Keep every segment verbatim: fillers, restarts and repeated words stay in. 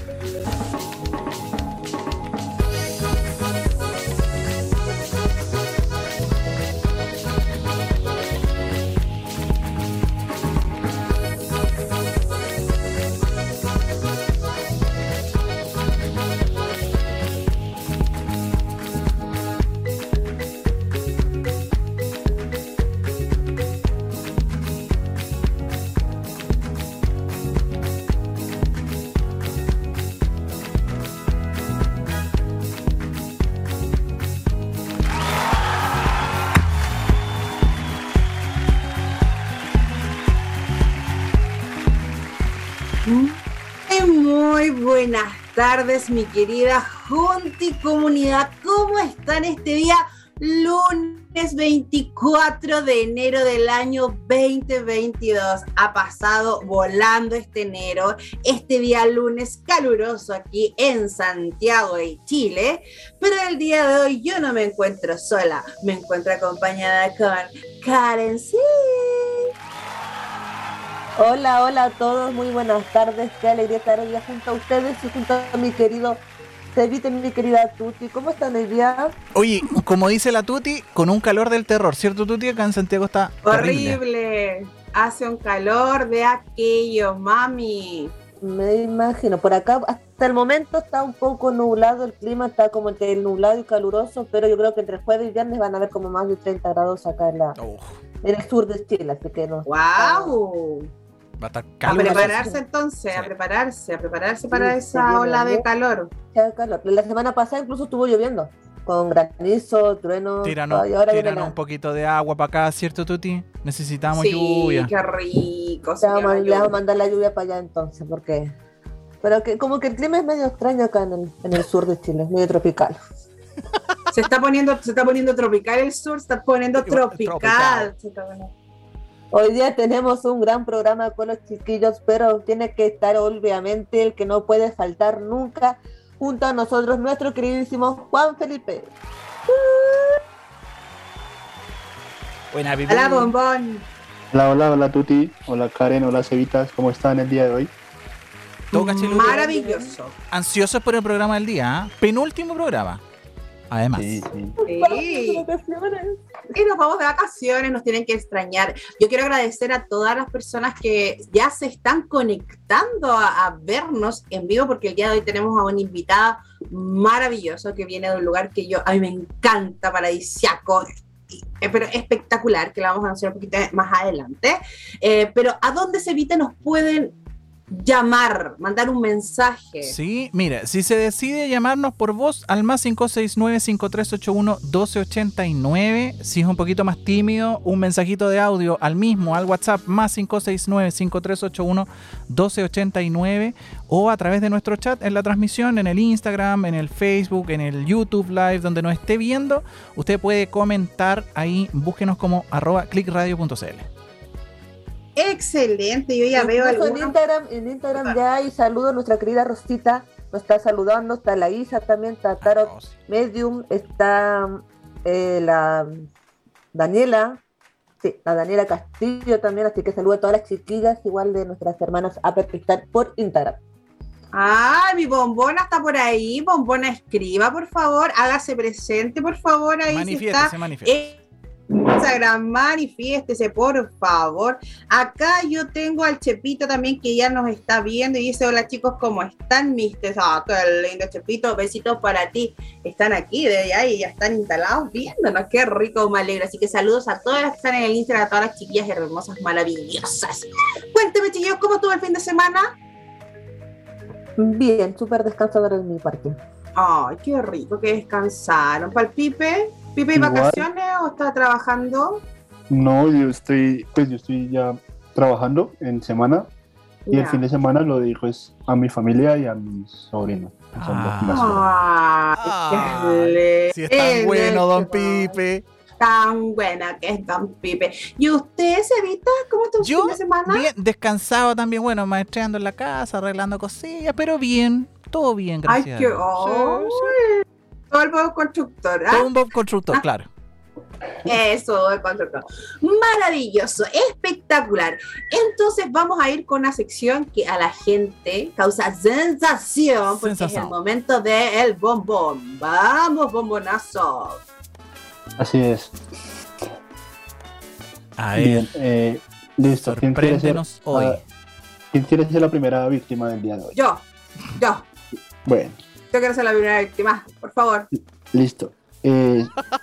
Muy buenas tardes, mi querida Junti Comunidad. ¿Cómo están este día? Lunes veinticuatro de enero del año veinte veintidós. Ha pasado volando este enero, este día lunes caluroso aquí en Santiago de Chile. Pero el día de hoy yo no me encuentro sola, me encuentro acompañada con Karen C. Hola, hola a todos, muy buenas tardes, qué alegría estar hoy junto a ustedes y junto a mi querido Cevita y mi querida Tuti. ¿Cómo están hoy día? Oye, como dice la Tuti, con un calor del terror, ¿cierto Tuti? Acá en Santiago está horrible, terrible. Hace un calor de aquello, mami. Me imagino, por acá hasta el momento está un poco nublado, el clima está como entre el nublado y caluroso, pero yo creo que entre jueves y viernes van a haber como más de treinta grados acá en, la, oh. en el sur de Chile, así que no. ¡Wow! Va a estar caluroso. A prepararse entonces, sí. a prepararse, a prepararse para sí, esa sí, ola de calor. calor. La semana pasada incluso estuvo lloviendo, con granizo, trueno. Tíranos, y ahora tíranos un poquito de agua para acá, ¿cierto, Tuti? Necesitamos sí, lluvia. Sí, qué rico. Le vamos, le vamos a mandar la lluvia para allá entonces, porque... Pero que como que el clima es medio extraño acá en el, en el sur de Chile, es medio tropical. Se está poniendo, se está poniendo tropical el sur, se está poniendo tropical. tropical. Se está poniendo... Hoy día tenemos un gran programa con los chiquillos, pero tiene que estar obviamente el que no puede faltar nunca junto a nosotros, nuestro queridísimo Juan Felipe. Buena, hola, Bombón. Hola, hola, hola Tuti, hola Karen, hola Cevitas, ¿cómo están el día de hoy? Maravilloso. Ansiosos por el programa del día, ¿eh? Penúltimo programa. Además. Sí, sí. Sí. Y nos vamos de vacaciones, nos tienen que extrañar. Yo quiero agradecer a todas las personas que ya se están conectando a, a vernos en vivo, porque el día de hoy tenemos a una invitada maravillosa que viene de un lugar que yo, a mí me encanta, paradisiaco, pero espectacular, que la vamos a anunciar un poquito más adelante. Eh, pero ¿a dónde, Cevita, nos pueden llamar, mandar un mensaje? Sí, mira, si se decide llamarnos por voz al más cinco seis nueve, cinco tres ocho uno, uno dos ocho nueve, si es un poquito más tímido, un mensajito de audio al mismo, al WhatsApp más cinco seis nueve, cinco tres ocho uno, uno dos ocho nueve, o a través de nuestro chat en la transmisión, en el Instagram, en el Facebook, en el YouTube Live, donde nos esté viendo, usted puede comentar ahí, búsquenos como arroba clickradio punto c l. Excelente, yo ya veo algunos... en Instagram, en Instagram ya hay saludos, nuestra querida Rosita nos está saludando, está la Isa también, está Tarot oh, sí. Medium, está eh, la Daniela, sí, la Daniela Castillo también, así que saludo a todas las chiquillas, igual de nuestras hermanas Upper que están por Instagram. Ah, mi Bombona está por ahí, Bombona escriba, por favor, hágase presente, por favor, ahí manifieste, si está. Se manifieste. Eh, Instagram, manifiéstese, por favor. Acá yo tengo al Chepito también que ya nos está viendo y dice: hola chicos, ¿cómo están? Mistes, ah, qué lindo Chepito, besitos para ti. Están aquí, de ahí, ya están instalados viéndonos, qué rico, me alegra. Así que saludos a todas las que están en el Instagram, a todas las chiquillas hermosas, maravillosas. Cuénteme, chiquillos, ¿cómo estuvo el fin de semana? Bien, súper descansador en mi parte. Ay, qué rico que descansaron. ¿Para el Pipe? ¿Pipe y vacaciones o está trabajando? No, yo estoy, pues yo estoy ya trabajando en semana y yeah. el fin de semana lo dedico es a mi familia y a mis sobrinos. Ah, ah, qué si es tan bueno, don Pipe. Tan buena que es don Pipe. ¿Y usted, Cevita, cómo estuvo el fin de semana? Bien, descansado también, bueno, maestreando en la casa, arreglando cosillas, pero bien, todo bien, gracias. Ay, qué... Oh, sí, sí. Todo el Bob Constructor, ¿ah? Todo un Bob Constructor, claro. Eso, control pro. Maravilloso, espectacular. Entonces vamos a ir con una sección que a la gente causa sensación, porque sensación. Es el momento del bombón. Vamos, bombonazo. Así es. A ver. Bien, eh, listo. ¿Quién quiere, ser, hoy. Uh, ¿Quién quiere ser la primera víctima del día de hoy? Yo, yo. Bueno. Yo quiero ser la primera víctima, por favor. Listo. Eh,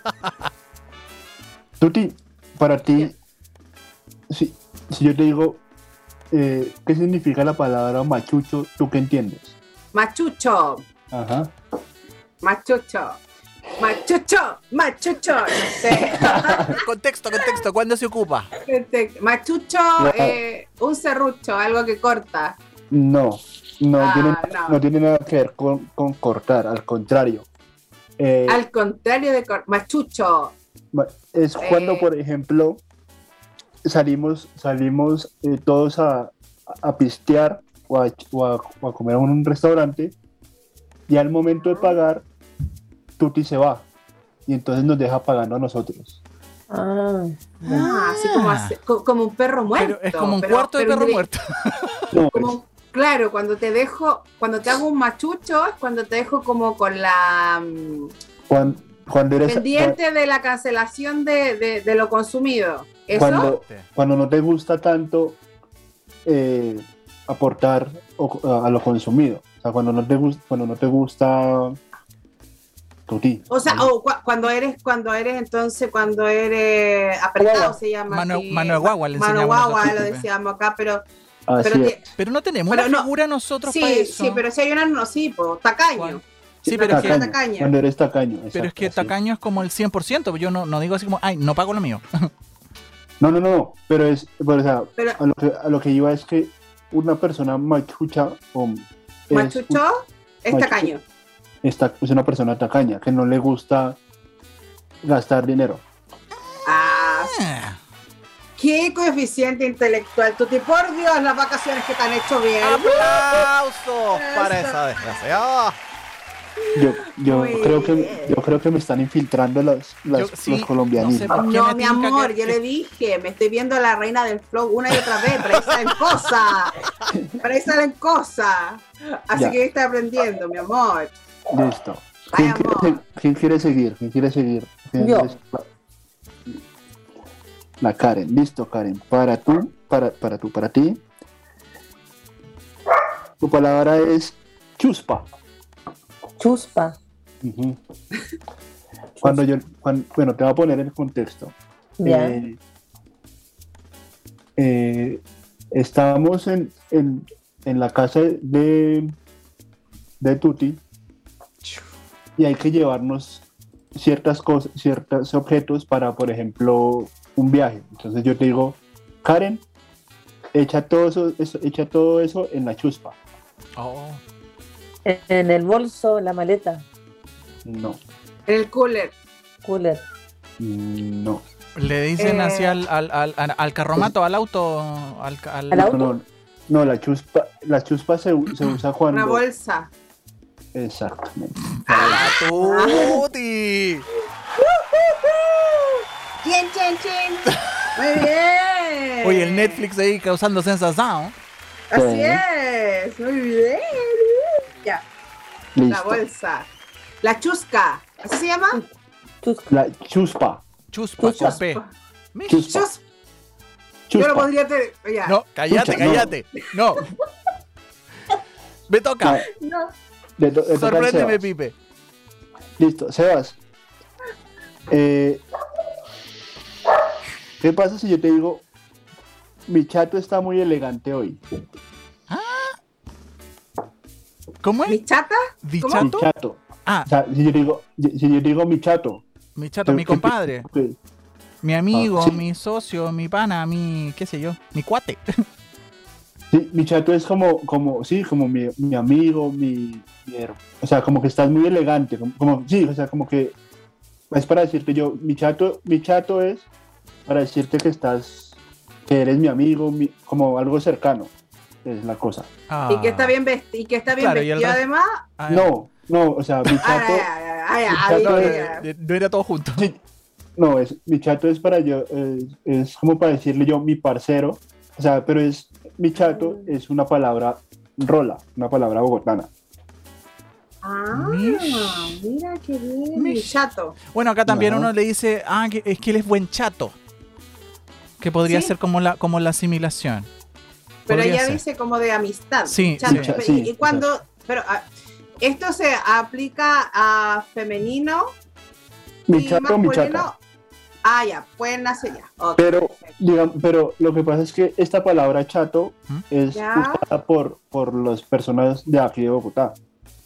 Tuti, para ti, si, si yo te digo, eh, ¿qué significa la palabra machucho? ¿Tú qué entiendes? Machucho. Ajá. Machucho. Machucho, machucho, no sé. Contexto, contexto, ¿cuándo se ocupa? Machucho, eh, un serrucho, algo que corta. No, no, ah, tiene, no. no tiene nada que ver con, con cortar, al contrario. Eh, al contrario de cortar, machucho. Es cuando, eh, por ejemplo, salimos, salimos eh, todos a, a pistear o a, o, a, o a comer en un restaurante y al momento de pagar, Tuti se va y entonces nos deja pagando a nosotros. Ah, ah así como, hace, como un perro muerto. Pero es como un pero, cuarto de perro muerto. No, como, claro, cuando te dejo, cuando te hago un machucho, es cuando te dejo como con la cuando, cuando eres, pendiente cuando, de la cancelación de, de, de lo consumido. ¿Eso? Cuando, cuando no te gusta tanto eh, aportar a, a lo consumido. O sea, cuando no te gusta, cuando no te gusta Tuti. O sea, o cu cuando eres, cuando eres entonces, cuando eres apretado Guagua. se llama. Mano, así. mano de guagua, le Mano guagua lo decíamos acá, pero. Pero, pero no tenemos pero una no, figura nosotros sí, para eso. Sí, pero si hay una, no, sí, pues, tacaño. ¿Cuál? Sí, pero tacaño, es que, tacaña. Cuando eres tacaño. Exacto, pero es que así. tacaño es como el cien por ciento. Yo no, no digo así como, ay, no pago lo mío. No, no, no. Pero es, pero, o sea, pero, a, lo que, a lo que iba es que una persona machucha o machucho es, es tacaño. Esta es una persona tacaña que no le gusta gastar dinero. Ah, qué coeficiente intelectual, Tuti, por Dios, las vacaciones que te han hecho bien. ¡Aplausos para esa desgraciada! Yo, yo creo que yo creo que me están infiltrando los, los, yo, sí, los colombianos. No, sé no mi amor, que... yo le dije, me estoy viendo a la reina del flow una y otra vez, pero ahí salen cosas. Pero ahí salen cosas. Así ya. que estoy aprendiendo, mi amor. Listo. ¿Quién, Vaya, quiere, ¿Quién quiere seguir? ¿Quién quiere seguir? ¿Quién yo. Quiere seguir? La Karen. Listo, Karen. Para tú, para, para tú, para ti. Tu palabra es chuspa. Chuspa. Uh-huh. Cuando yo, cuando, bueno, te voy a poner el contexto. Yeah. Eh, eh, estábamos en, en, en la casa de, de Tuti y hay que llevarnos ciertas cosas, ciertos objetos para, por ejemplo, un viaje. Entonces yo te digo, Karen, echa todo eso, eso echa todo eso en la chuspa. Oh. En el bolso, en la maleta. No. En el cooler. Cooler. No. Le dicen eh... así al, al, al, al carromato, al auto. Al, al... ¿Al auto? No, no, no, la chuspa, la chuspa se, se usa cuando. Una bolsa. Exactamente. ¡Para Tuti! ¡Chin, chin, chin! Muy bien. Oye, el Netflix ahí causando sensación. Así sí. es. Muy bien. Ya. Listo. La bolsa. La chusca. ¿Así se llama? Chusca. La chuspa. Chuspa. Chuspa. Chuspa. Chuspa. Chuspa. Yo lo podría tener. Ya. No, cállate, Chucha, cállate. No. no. Me toca. No. Le to le Sorpréndeme, Pipe. Listo, Sebas. Eh, ¿Qué pasa si yo te digo, mi chato está muy elegante hoy? ¿Ah? ¿Cómo es? ¿Mi chata? ¿Mi ¿Cómo? chato? Mi chato. Ah. O sea, si yo digo, si yo digo mi chato. Mi chato, mi compadre. Okay. Mi amigo, ah, sí. mi socio, mi pana, mi, qué sé yo, mi cuate. Sí, mi chato es como, como sí, como mi, mi amigo, mi, mi, o sea, como que estás muy elegante, como, como, sí, o sea, como que es para decirte yo, mi chato, mi chato es para decirte que estás, que eres mi amigo, mi, como algo cercano, es la cosa. Ah. Y que está bien vestido, y que está bien claro, vestido además. Ah, no, no, o sea, mi chato, ay, ay, ay, ay, chato ay, no, no era todo junto. Sí, No, es, mi chato es para yo, es, es como para decirle yo mi parcero, o sea, pero es, mi chato es una palabra rola, una palabra bogotana. Ah, Mish. mira qué bien. Mish. Mi chato. Bueno, acá también Ajá. uno le dice, ah, que, es que él es buen chato. Que podría ¿Sí? ser como la, como la asimilación. Pero Podría ella ser. dice como de amistad. Sí, chato. sí. Y- Sí, y cuando, pero ah, esto se aplica a femenino Mi y chato o mi masculino. chata. Ah, ya, pueden hacer ya. Ok, Pero, perfecto. digamos, pero lo que pasa es que esta palabra chato ¿Mm? es Ya. usada por, por las personas de aquí de Bogotá.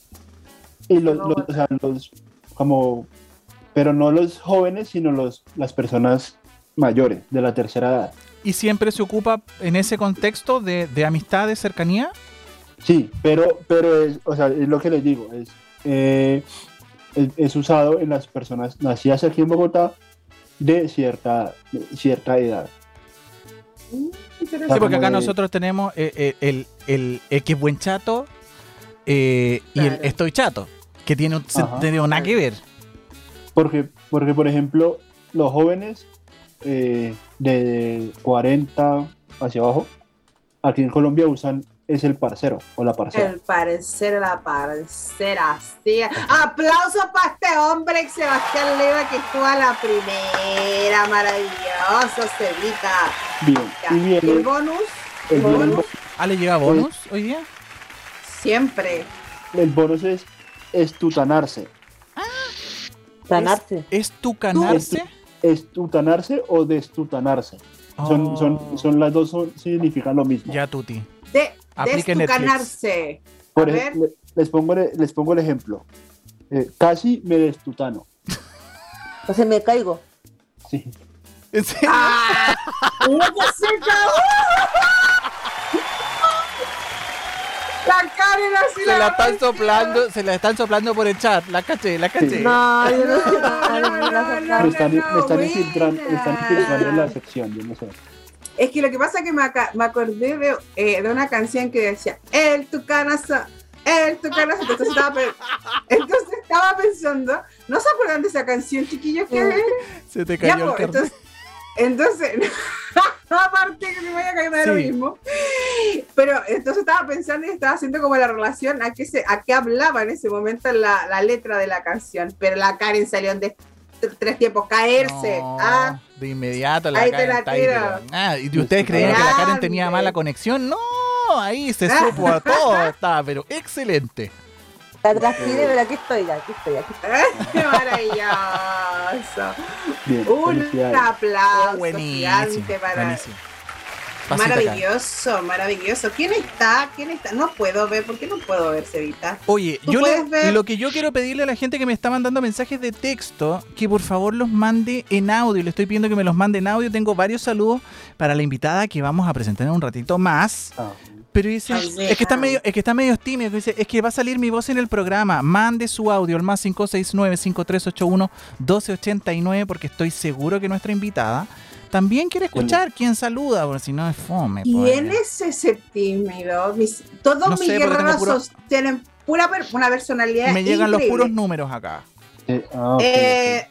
Y los, De los- Bogotá. o sea, los, como, pero no los jóvenes, sino los, las personas mayores, de la tercera edad. ¿Y siempre se ocupa en ese contexto de, de amistad, de cercanía? Sí, pero, pero es, o sea, es lo que les digo, es, eh, es, es usado en las personas nacidas aquí en Bogotá de cierta, de cierta edad. Mm, Sí, interesante. porque acá como de- nosotros tenemos eh, eh, el, el, el que es buen chato eh, y el Claro. estoy chato, que tiene, un- se- Ajá. tiene nada que ver. Porque, porque, por ejemplo, los jóvenes eh, de cuarenta hacia abajo, aquí en Colombia usan es el parcero o la parcera. El parecer, la parcera, sí. Aplausos para este hombre, Sebastián Leiva, que estuvo a la primera. Maravilloso, Cevita. Bien, Ya. y Y el viene, bonus, el, bonus, bonus, Ah, ¿le llega bonus hoy día? siempre. el bonus es estutanarse. Sanarse. ¿Es tu canarse? Estutanarse o destutanarse. Son, Oh. son, son las dos son- significan lo mismo. Ya, Tuti. De, Aplique destucanarse. Por A ejemplo, ver. le- les pongo, el- les pongo el ejemplo. Eh, casi me destutano. Entonces me caigo. Sí. ¿En serio? ¡Ah! ¡Uno que se cagó! La Karen así Se la están rompió. soplando, se la están soplando por el chat. La caché, la caché. No, yo no sé No, nada, no, no, no, no, no, no. Me están, no, me están buena. infiltrando, me están infiltrando en la sección, yo no sé. Es que lo que pasa es que me, aca- me acordé de, eh, de una canción que decía El tucanazo, el tucanazo. Entonces estaba, pe- entonces estaba pensando, ¿no se acuerdan de esa canción, chiquillos? ¿Qué? Se te Ya, cayó el pues, carnet. entonces, entonces aparte que me vaya a caer de lo Sí. mismo. Pero entonces estaba pensando y estaba haciendo como la relación a qué, se, a qué hablaba en ese momento la, la letra de la canción. Pero la Karen salió en de- tres tiempos, caerse. No, Ah, de inmediato la Ahí te Karen la está ahí, tiro. pero- ah, ¿y ustedes creían que la Karen tenía Grande. mala conexión? No, ahí se supo a todo. Estaba, pero excelente. La transpire, pero aquí estoy, aquí estoy, aquí estoy. ¡Qué maravilloso! Bien, Un felicidades. aplauso Buenísimo. gigante para... Buenísimo. Pasita acá. Maravilloso, maravilloso. ¿Quién está? ¿Quién está? No puedo ver, ¿por qué no puedo ver, Cevita? Oye, ¿Tú yo le- puedes ver? lo que yo quiero pedirle a la gente que me está mandando mensajes de texto, que por favor los mande en audio. Le estoy pidiendo que me los mande en audio. Tengo varios saludos para la invitada que vamos a presentar en un ratito más. Ah, Pero dice, Ay, sí, es que está ay. medio, es que está medio tímido, que dice, es que va a salir mi voz en el programa. Mande su audio al más cinco seis nueve, cinco tres ocho uno, uno dos ocho nueve, porque estoy seguro que nuestra invitada también quiere escuchar quién saluda, porque si no es fome. ¿Quién pues. es ese tímido? Mis- todos No mis sé, porque tengo guerreros puro- tienen pura per- una personalidad Me llegan los increíble. puros números acá. sí, ah, ok, Eh,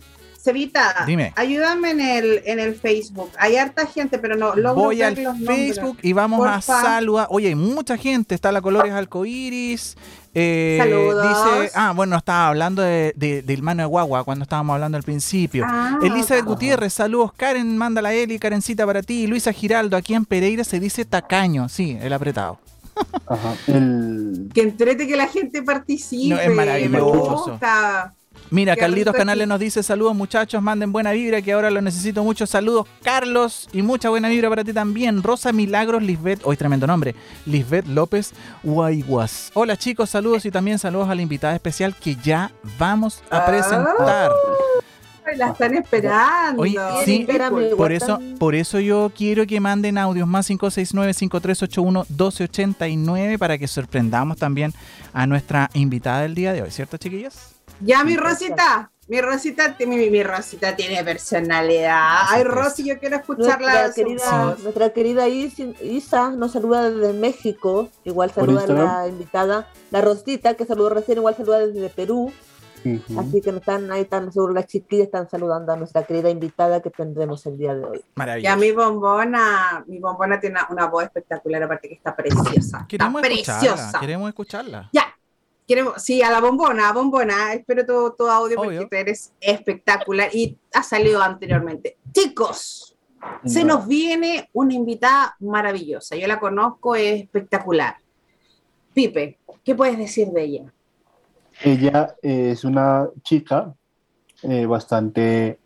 Cevita, Dime. ayúdame en el, en el Facebook. Hay harta gente, pero no logro Voy ver al los nombres. Facebook y vamos a Porfa. saludar. Oye, hay mucha gente. Está la Colores Arcoiris. Eh, Saludos. Dice, ah, bueno, estaba hablando de, de- del mano de guagua cuando estábamos hablando al principio. Ah, Elizabeth ok. Gutiérrez, saludos. Karen, manda la Eli, Karencita para ti. Luisa Giraldo, aquí en Pereira se dice tacaño. Sí, el apretado. Ajá, el, Que entrete que la gente participe. No, es maravilloso. Me gusta. Mira, Qué Carlitos rico Canales aquí. nos dice saludos muchachos, manden buena vibra que ahora lo necesito mucho. Saludos Carlos y mucha buena vibra para ti también. Rosa Milagros Lisbeth, hoy tremendo nombre, Lisbeth López Guayguas. Hola chicos, saludos y también saludos a la invitada especial que ya vamos a Ah. presentar. Ay, la están esperando. Oye, Sí, sí, espérame, por igual eso, tan- por eso yo quiero que manden audios más cinco seis nueve, cinco tres ocho uno, uno dos ocho nueve para que sorprendamos también a nuestra invitada del día de hoy, ¿cierto chiquillas? Ya, mi Rosita. Mi Rosita, mi, mi, mi Rosita tiene personalidad. Ay, Rosy, yo quiero escucharla. Nuestra su querida, voz. nuestra querida Is- Isa nos saluda desde México, igual ¿Por saluda a Instagram? la invitada. La Rosita, que saludó recién, igual saluda desde Perú. Ujú. Así que nos están ahí, están, seguro las chiquillas están saludando a nuestra querida invitada que tendremos el día de hoy. Y a Maravilloso. mi bombona, mi bombona tiene una, una voz espectacular, aparte que está preciosa. Queremos está escucharla, preciosa. queremos escucharla. Ya, queremos, sí, a la bombona, a bombona, espero tu, tu audio Obvio. porque tú eres espectacular y ha salido anteriormente. Chicos, se No. nos viene una invitada maravillosa, yo la conozco, es espectacular. Pipe, ¿qué puedes decir de ella? Ella es una chica eh, bastante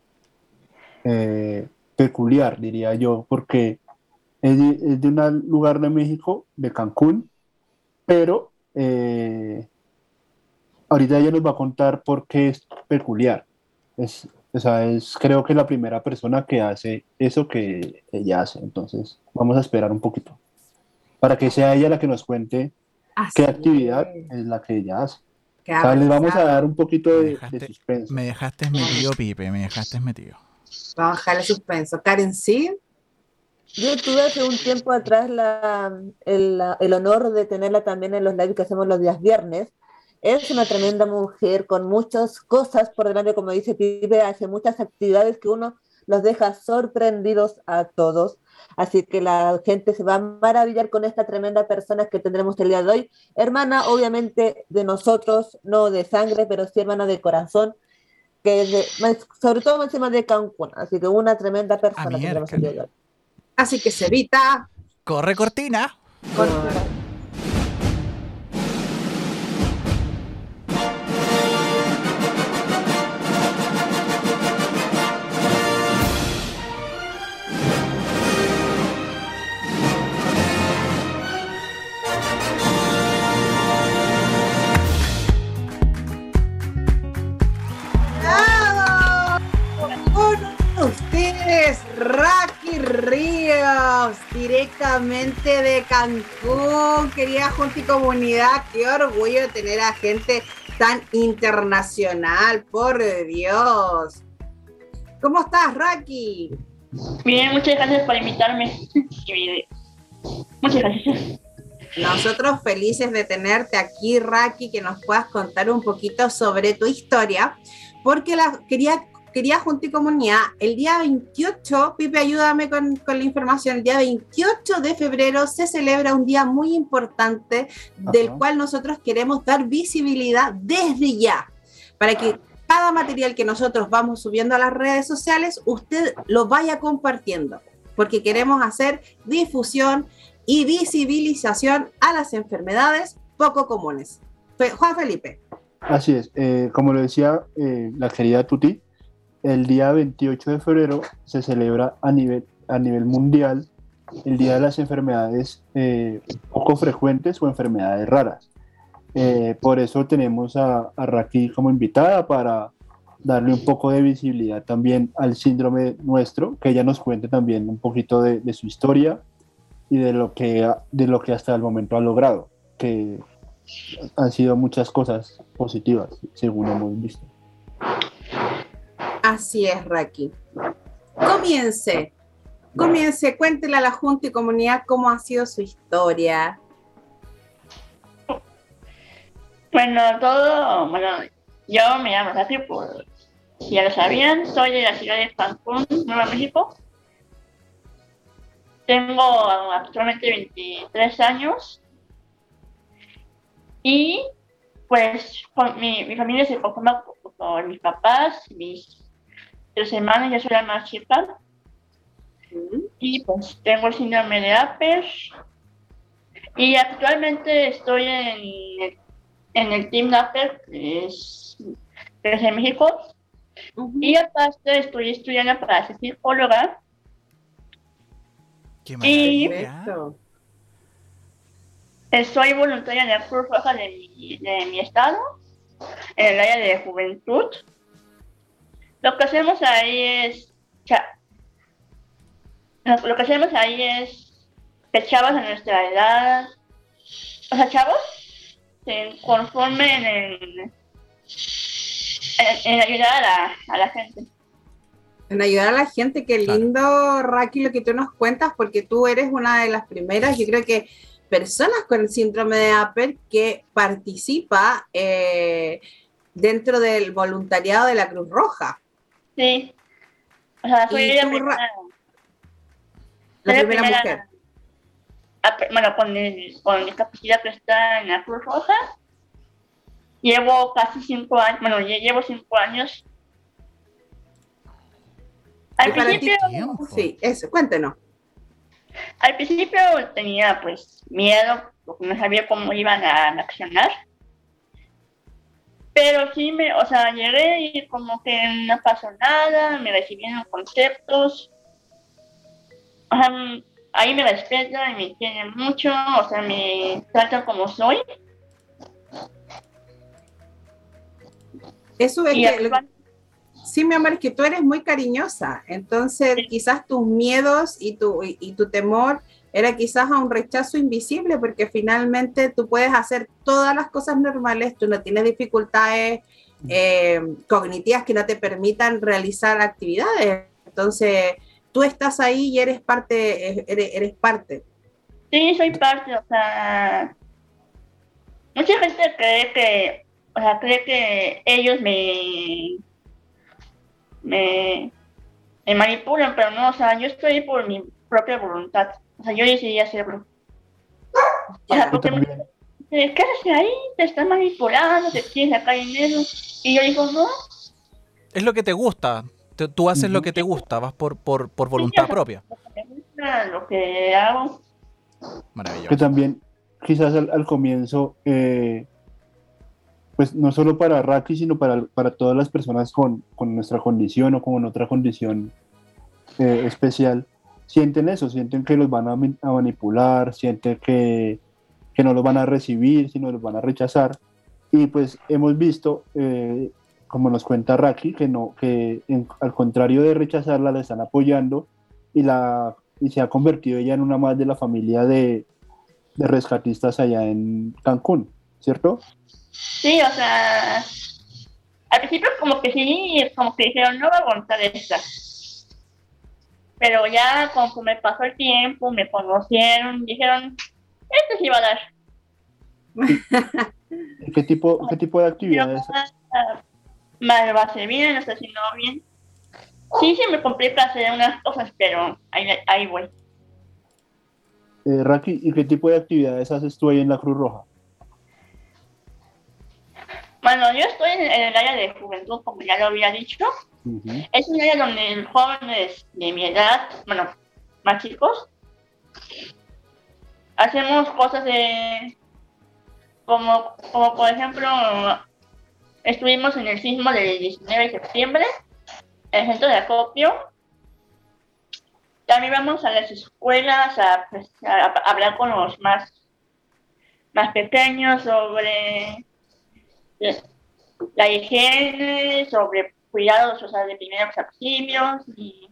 eh, peculiar, diría yo, porque es de, es de un lugar de México, de Cancún, pero eh, ahorita ella nos va a contar por qué es peculiar. Es, o sea, es creo que la primera persona que hace eso que ella hace. Entonces, vamos a esperar un poquito para que sea ella la que nos cuente Así qué actividad es. es la que ella hace. Qué O sea, les vamos a avanzado. dar un poquito Me de, de dejaste, suspenso. me dejaste metido, Pipe, me dejaste metido. Vamos a dejarle suspenso. Karen, sí. Yo tuve hace un tiempo atrás la, el, la- el honor de tenerla también en los lives que hacemos los días viernes. Es una tremenda mujer con muchas cosas por delante, como dice Pipe, hace muchas actividades que uno los deja sorprendidos a todos. Así que la gente se va a maravillar con esta tremenda persona que tendremos el día de hoy. Hermana, obviamente, de nosotros, no de sangre, pero sí hermana de corazón, que es de, más- sobre todo encima de Cancún. Así que una tremenda persona tendremos el día de hoy. Así que se evita. Corre cortina. Con ustedes, Raki Ríos, directamente de Cancún, querida Junta y Comunidad. Qué orgullo de tener a gente tan internacional, por Dios. ¿Cómo estás, Raki? Bien, muchas gracias por invitarme. Muchas gracias. Nosotros felices de tenerte aquí, Raki, que nos puedas contar un poquito sobre tu historia, porque la quería, quería Junta y Comunidad, el día veintiocho, Pipe, ayúdame con, con la información, el día veintiocho de febrero se celebra un día muy importante, del Ajá. cual nosotros queremos dar visibilidad desde ya, para que cada material que nosotros vamos subiendo a las redes sociales, usted lo vaya compartiendo, porque queremos hacer difusión y visibilización a las enfermedades poco comunes. Fe- Juan Felipe. Así es, eh, como lo decía eh, la querida Tuti, el día veintiocho de febrero se celebra a nivel, a nivel mundial el Día de las Enfermedades eh, poco frecuentes o enfermedades raras. Eh, por eso tenemos a, a Raki como invitada para darle un poco de visibilidad también al síndrome nuestro, que ella nos cuente también un poquito de, de su historia y de lo, que, ha- de lo que hasta el momento ha logrado, que han sido muchas cosas positivas, según hemos visto. Así es, Raki. Comience. Comience, cuéntele a la Junta y Comunidad cómo ha sido su historia. Bueno, todo, bueno, yo me llamo Rafi, por si ya lo sabían, soy de la ciudad de Cancún, Nueva México. Tengo actualmente veintitrés años y pues con mi, mi familia se conforma por, por mis papás, mis tres hermanos, yo soy la más chica y pues tengo el síndrome de Apert y actualmente estoy en el, en el Team Apert, que es, que es en México, y aparte estoy estudiando para ser psicóloga. Qué Y- maravilla. Perfecto. Soy voluntaria en la Cruz Roja de mi, de mi estado, en el área de juventud. Lo que hacemos ahí es, cha- lo, lo que hacemos ahí es que chavos de nuestra edad, o sea, chavos, se conformen en, en, en ayudar a la, a la gente. En ayudar a la gente, qué Claro. lindo, Raki, lo que tú nos cuentas, porque tú eres una de las primeras, yo creo que personas con el síndrome de Apert que participa eh, dentro del voluntariado de la Cruz Roja. Sí. O sea, soy Y la tú, primera, Ra- soy la la primera primera, mujer. a- bueno, con el, con discapacidad que está en la Cruz Roja. Llevo casi cinco años, bueno, ya llevo cinco años. Y Al para ti, principio, Tiempo. sí, eso, cuéntenos. al principio tenía pues miedo, porque no sabía cómo iban a accionar. Pero sí me, o sea, llegué y como que no pasó nada, me recibieron conceptos. O sea, mm, ahí me respetan y me quieren mucho, o sea, me tratan como soy. Eso es Y que, lo- actual- sí, mi amor, es que tú eres muy cariñosa. Entonces, quizás tus miedos y tu, y, y tu temor era quizás a un rechazo invisible, porque finalmente tú puedes hacer todas las cosas normales, tú no tienes dificultades eh, cognitivas que no te permitan realizar actividades. Entonces, tú estás ahí y eres parte, eres, eres parte. sí, soy parte, o sea, mucha gente cree que, o sea, cree que ellos me, me, me manipulan, pero no, o sea, yo estoy por mi propia voluntad. O sea, yo decidí hacerlo. O sea, Ya. porque mucha gente dice, ¿qué haces ahí? Te están manipulando, te quieren sacar dinero. Y yo digo, no, Es lo que te gusta. Te- tú haces lo Ujú. que te gusta, vas por, por, por sí, voluntad o sea, propia. lo que me gusta, lo que hago. Que Maravilloso. también quizás al, al comienzo, eh, pues no solo para Raki, sino para, para todas las personas con, con nuestra condición o con otra condición eh, especial, sienten eso, sienten que los van a, mi- a manipular, sienten que, que no los van a recibir, sino los van a rechazar. Y pues hemos visto, eh, como nos cuenta Raki, que, no, que en- al contrario de rechazarla, la están apoyando y, la, y se ha convertido ella en una más de la familia de, de rescatistas allá en Cancún, ¿cierto? Sí, o sea, al principio como que sí, como que dijeron, no va a aguantar esta. Pero ya conforme pasó el tiempo, me conocieron, dijeron, este sí va a dar. ¿Y ¿Qué tipo, qué tipo de Pero actividades? me va a hacer bien, lo está haciendo bien. Sí, se me complica hacer unas cosas, pero ahí, ahí voy. Eh, Raki, ¿y qué tipo de actividades haces tú ahí en la Cruz Roja? Bueno, yo estoy en, en el área de juventud, como ya lo había dicho. Uh-huh. Es un área donde los jóvenes de mi edad, bueno, más chicos, hacemos cosas de, como, como por ejemplo, estuvimos en el sismo del diecinueve de septiembre, en el centro de acopio. También vamos a las escuelas a, pues, a, a hablar con los más, más pequeños sobre la higiene, sobre cuidados, o sea, de primeros auxilios y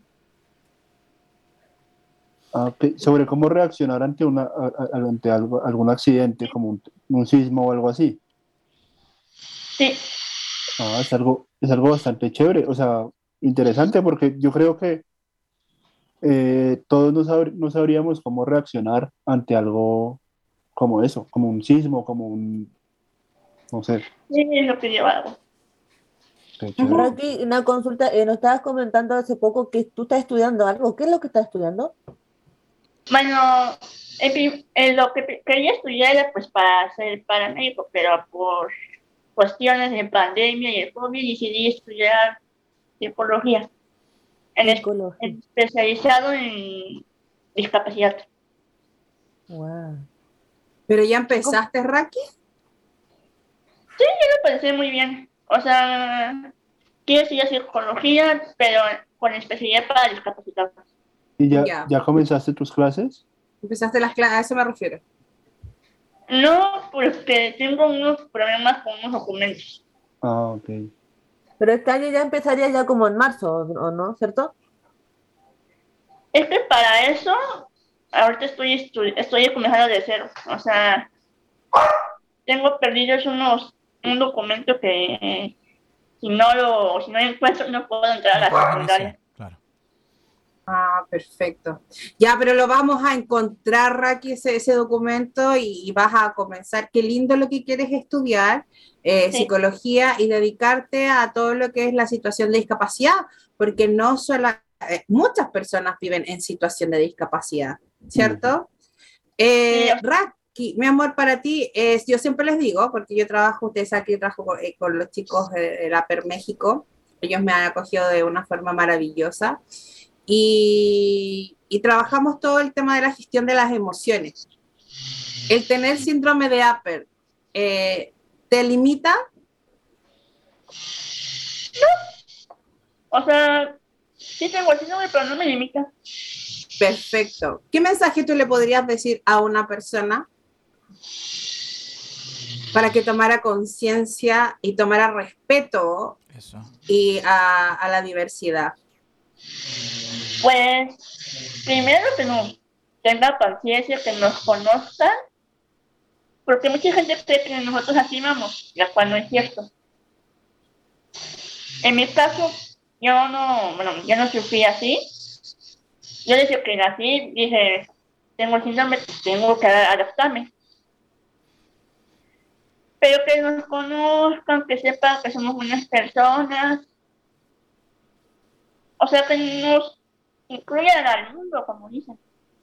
Okay. Sobre cómo reaccionar ante, una, a, a, ante algo, algún accidente, como un, un sismo o algo así. sí. Ah, es algo, es algo bastante chévere, o sea, interesante, porque yo creo que eh, todos no, sabr no sabríamos cómo reaccionar ante algo como eso, como un sismo, como un, no sé. Sí, es lo que yo hago. Qué chévere. Raki, una consulta, eh, nos estabas comentando hace poco que tú estás estudiando algo. ¿Qué es lo que estás estudiando? Bueno, en, en lo que quería estudiar era pues para ser paramédico, pero por cuestiones de pandemia y el COVID decidí estudiar psicología, en es, Psicología. en especializado en discapacidad. Wow. ¿Pero ya empezaste, Raki? Yo lo pensé muy bien. O sea, quiero estudiar psicología, pero con especialidad para discapacitados. ¿Y ya, Ya. ya comenzaste tus clases? Empezaste las clases, a eso me refiero. No, porque tengo unos problemas con unos documentos. Ah, ok. Pero este año ya empezaría ya como en marzo, ¿o no? ¿Cierto? Es que para eso, ahorita estoy, estu- estoy comenzando de cero. O sea, tengo perdidos unos, un documento que eh, si no lo, si no lo encuentro no puedo entrar a No la puedes secundaria. iniciar, claro. Ah, perfecto. Ya, pero lo vamos a encontrar, Raki, ese, ese documento y, y vas a comenzar. Qué lindo lo que quieres estudiar, eh, Sí, psicología y dedicarte a todo lo que es la situación de discapacidad, porque no solo, eh, muchas personas viven en situación de discapacidad, Ujú. ¿cierto? sí, Eh, o- Raki, mi amor, para ti, es, yo siempre les digo, porque yo trabajo, ustedes saben que yo trabajo con, eh, con los chicos de, de la Per México, ellos me han acogido de una forma maravillosa y, y trabajamos todo el tema de la gestión de las emociones. El tener síndrome de Apert, eh, ¿te limita? o sea, sí tengo el síndrome, pero no me limita. Perfecto. ¿Qué mensaje tú le podrías decir a una persona para que tomara conciencia y tomara respeto Eso. y a, a la diversidad? Pues, primero que no tenga paciencia, que nos conozcan, porque mucha gente cree que nosotros así vamos, la cual no es cierto. En mi caso, yo no, bueno, yo no sufrí así. Yo desde que nací dije, tengo el síndrome, tengo que adaptarme. Pero que nos conozcan, que sepan que somos buenas personas, o sea, que nos incluyan al mundo, como dicen.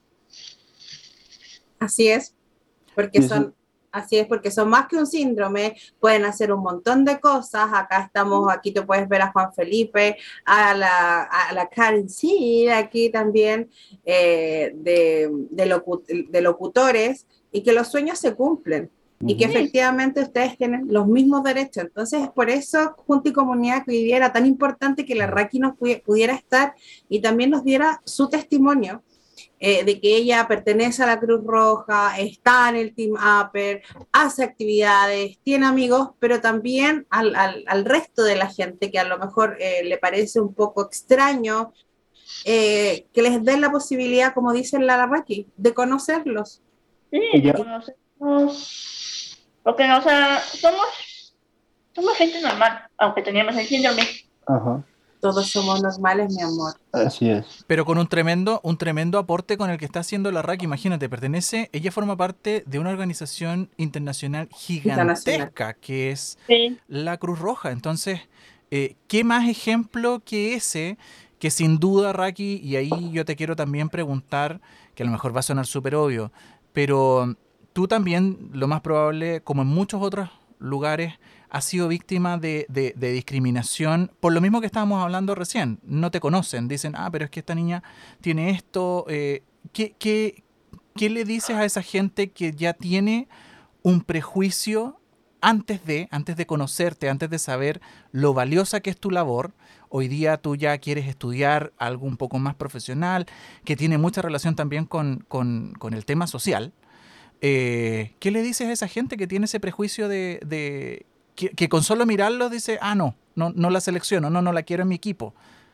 Así es, porque Y eso, son, así es, porque son más que un síndrome, pueden hacer un montón de cosas. Acá estamos, aquí te puedes ver a Juan Felipe, a la, a la Karen, sí, aquí también eh, de, de, locu de locutores, y que los sueños se cumplen. Y que ujú. Sí, efectivamente ustedes tienen los mismos derechos. Entonces, es por eso, Junta y Comunidad, que hoy día era tan importante que la Raki nos pudiera estar y también nos diera su testimonio, eh, de que ella pertenece a la Cruz Roja, está en el Team Upper, hace actividades, tiene amigos, pero también al, al, al resto de la gente que a lo mejor eh, le parece un poco extraño, eh, que les den la posibilidad, como dice la Larraqui, de conocerlos. sí, de Ella, conocernos. Porque, o sea, somos, somos gente normal, aunque teníamos el síndrome. ajá, Todos somos normales, mi amor. así es. Pero con un tremendo, un tremendo aporte con el que está haciendo la R A C. Imagínate, pertenece, ella forma parte de una organización internacional Internacional. gigantesca que es Sí, la Cruz Roja. Entonces, eh, ¿qué más ejemplo que ese? Que sin duda, Raki, y ahí yo te quiero también preguntar, que a lo mejor va a sonar súper obvio, pero tú también, lo más probable, como en muchos otros lugares, has sido víctima de, de, de discriminación, por lo mismo que estábamos hablando recién. No te conocen, dicen, ah, pero es que esta niña tiene esto. Eh, ¿qué, qué, ¿Qué le dices a esa gente que ya tiene un prejuicio antes de, antes de conocerte, antes de saber lo valiosa que es tu labor? Hoy día tú ya quieres estudiar algo un poco más profesional, que tiene mucha relación también con, con, con el tema social. Eh, ¿Qué le dices a esa gente que tiene ese prejuicio de, de que, que con solo mirarlos dice, ah, no, no, no la selecciono, no, no la quiero en mi equipo?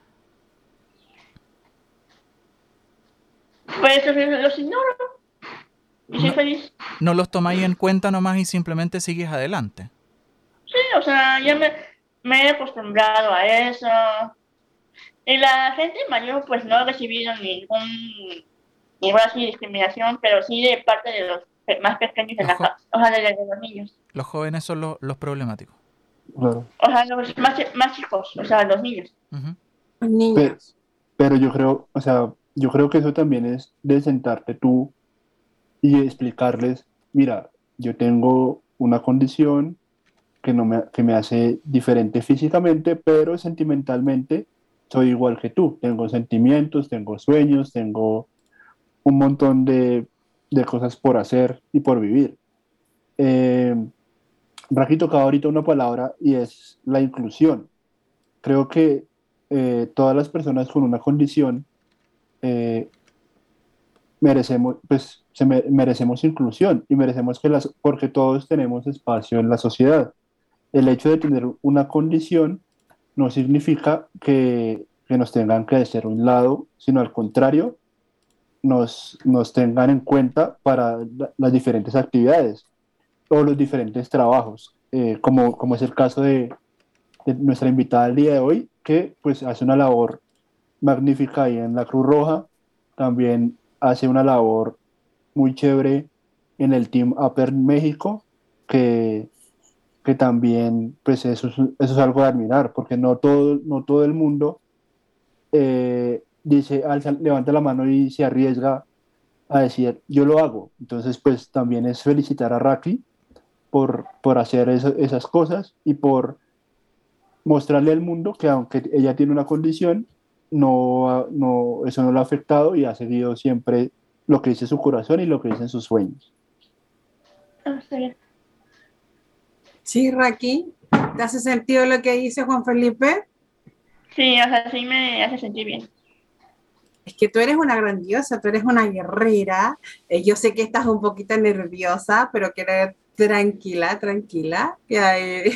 pues los ignoro y soy No, feliz. no los tomáis en cuenta nomás y simplemente sigues adelante. Sí, o sea, ya me, me he acostumbrado a eso. Y la gente mayor, pues no ha recibido ningún, ninguna así discriminación, pero sí de parte de los pe- más pequeños en Los, la jo- casa, o sea, de, de los niños. los jóvenes son los, los problemáticos. Claro. O sea, los más, más chicos, o sea, los niños. Ujú. Pero, Niños. pero yo creo, o sea, yo creo que eso también es de sentarte tú y explicarles, mira, yo tengo una condición que, no me, que me hace diferente físicamente, pero sentimentalmente soy igual que tú. Tengo sentimientos, tengo sueños, tengo un montón de, de cosas por hacer y por vivir. Eh, Raki tocaba ahorita una palabra y es la inclusión. Creo que eh, todas las personas con una condición eh, merecemos, pues, se me- merecemos inclusión y merecemos que las, porque todos tenemos espacio en la sociedad. El hecho de tener una condición no significa que, que nos tengan que hacer un lado, sino al contrario, nos, nos tengan en cuenta para la- las diferentes actividades o los diferentes trabajos, eh, como, como es el caso de, de nuestra invitada el día de hoy, que pues hace una labor magnífica ahí en la Cruz Roja. También hace una labor muy chévere en el Team Upper México, que, que también, pues eso, es- eso es algo de admirar, porque no todo, no todo el mundo eh, dice, alza, levanta la mano y se arriesga a decir, yo lo hago. Entonces, pues también es felicitar a Raki por, por hacer eso- esas cosas y por mostrarle al mundo que aunque ella tiene una condición, no, no, eso no lo ha afectado y ha seguido siempre lo que dice su corazón y lo que dicen sus sueños. Ah, está bien. Sí, Raki, ¿te hace sentido lo que dice Juan Felipe? Sí, o sea, sí me hace sentir bien. Es que tú eres una grandiosa, tú eres una guerrera. Eh, yo sé que estás un poquito nerviosa, pero que eres tranquila, tranquila. Que hay-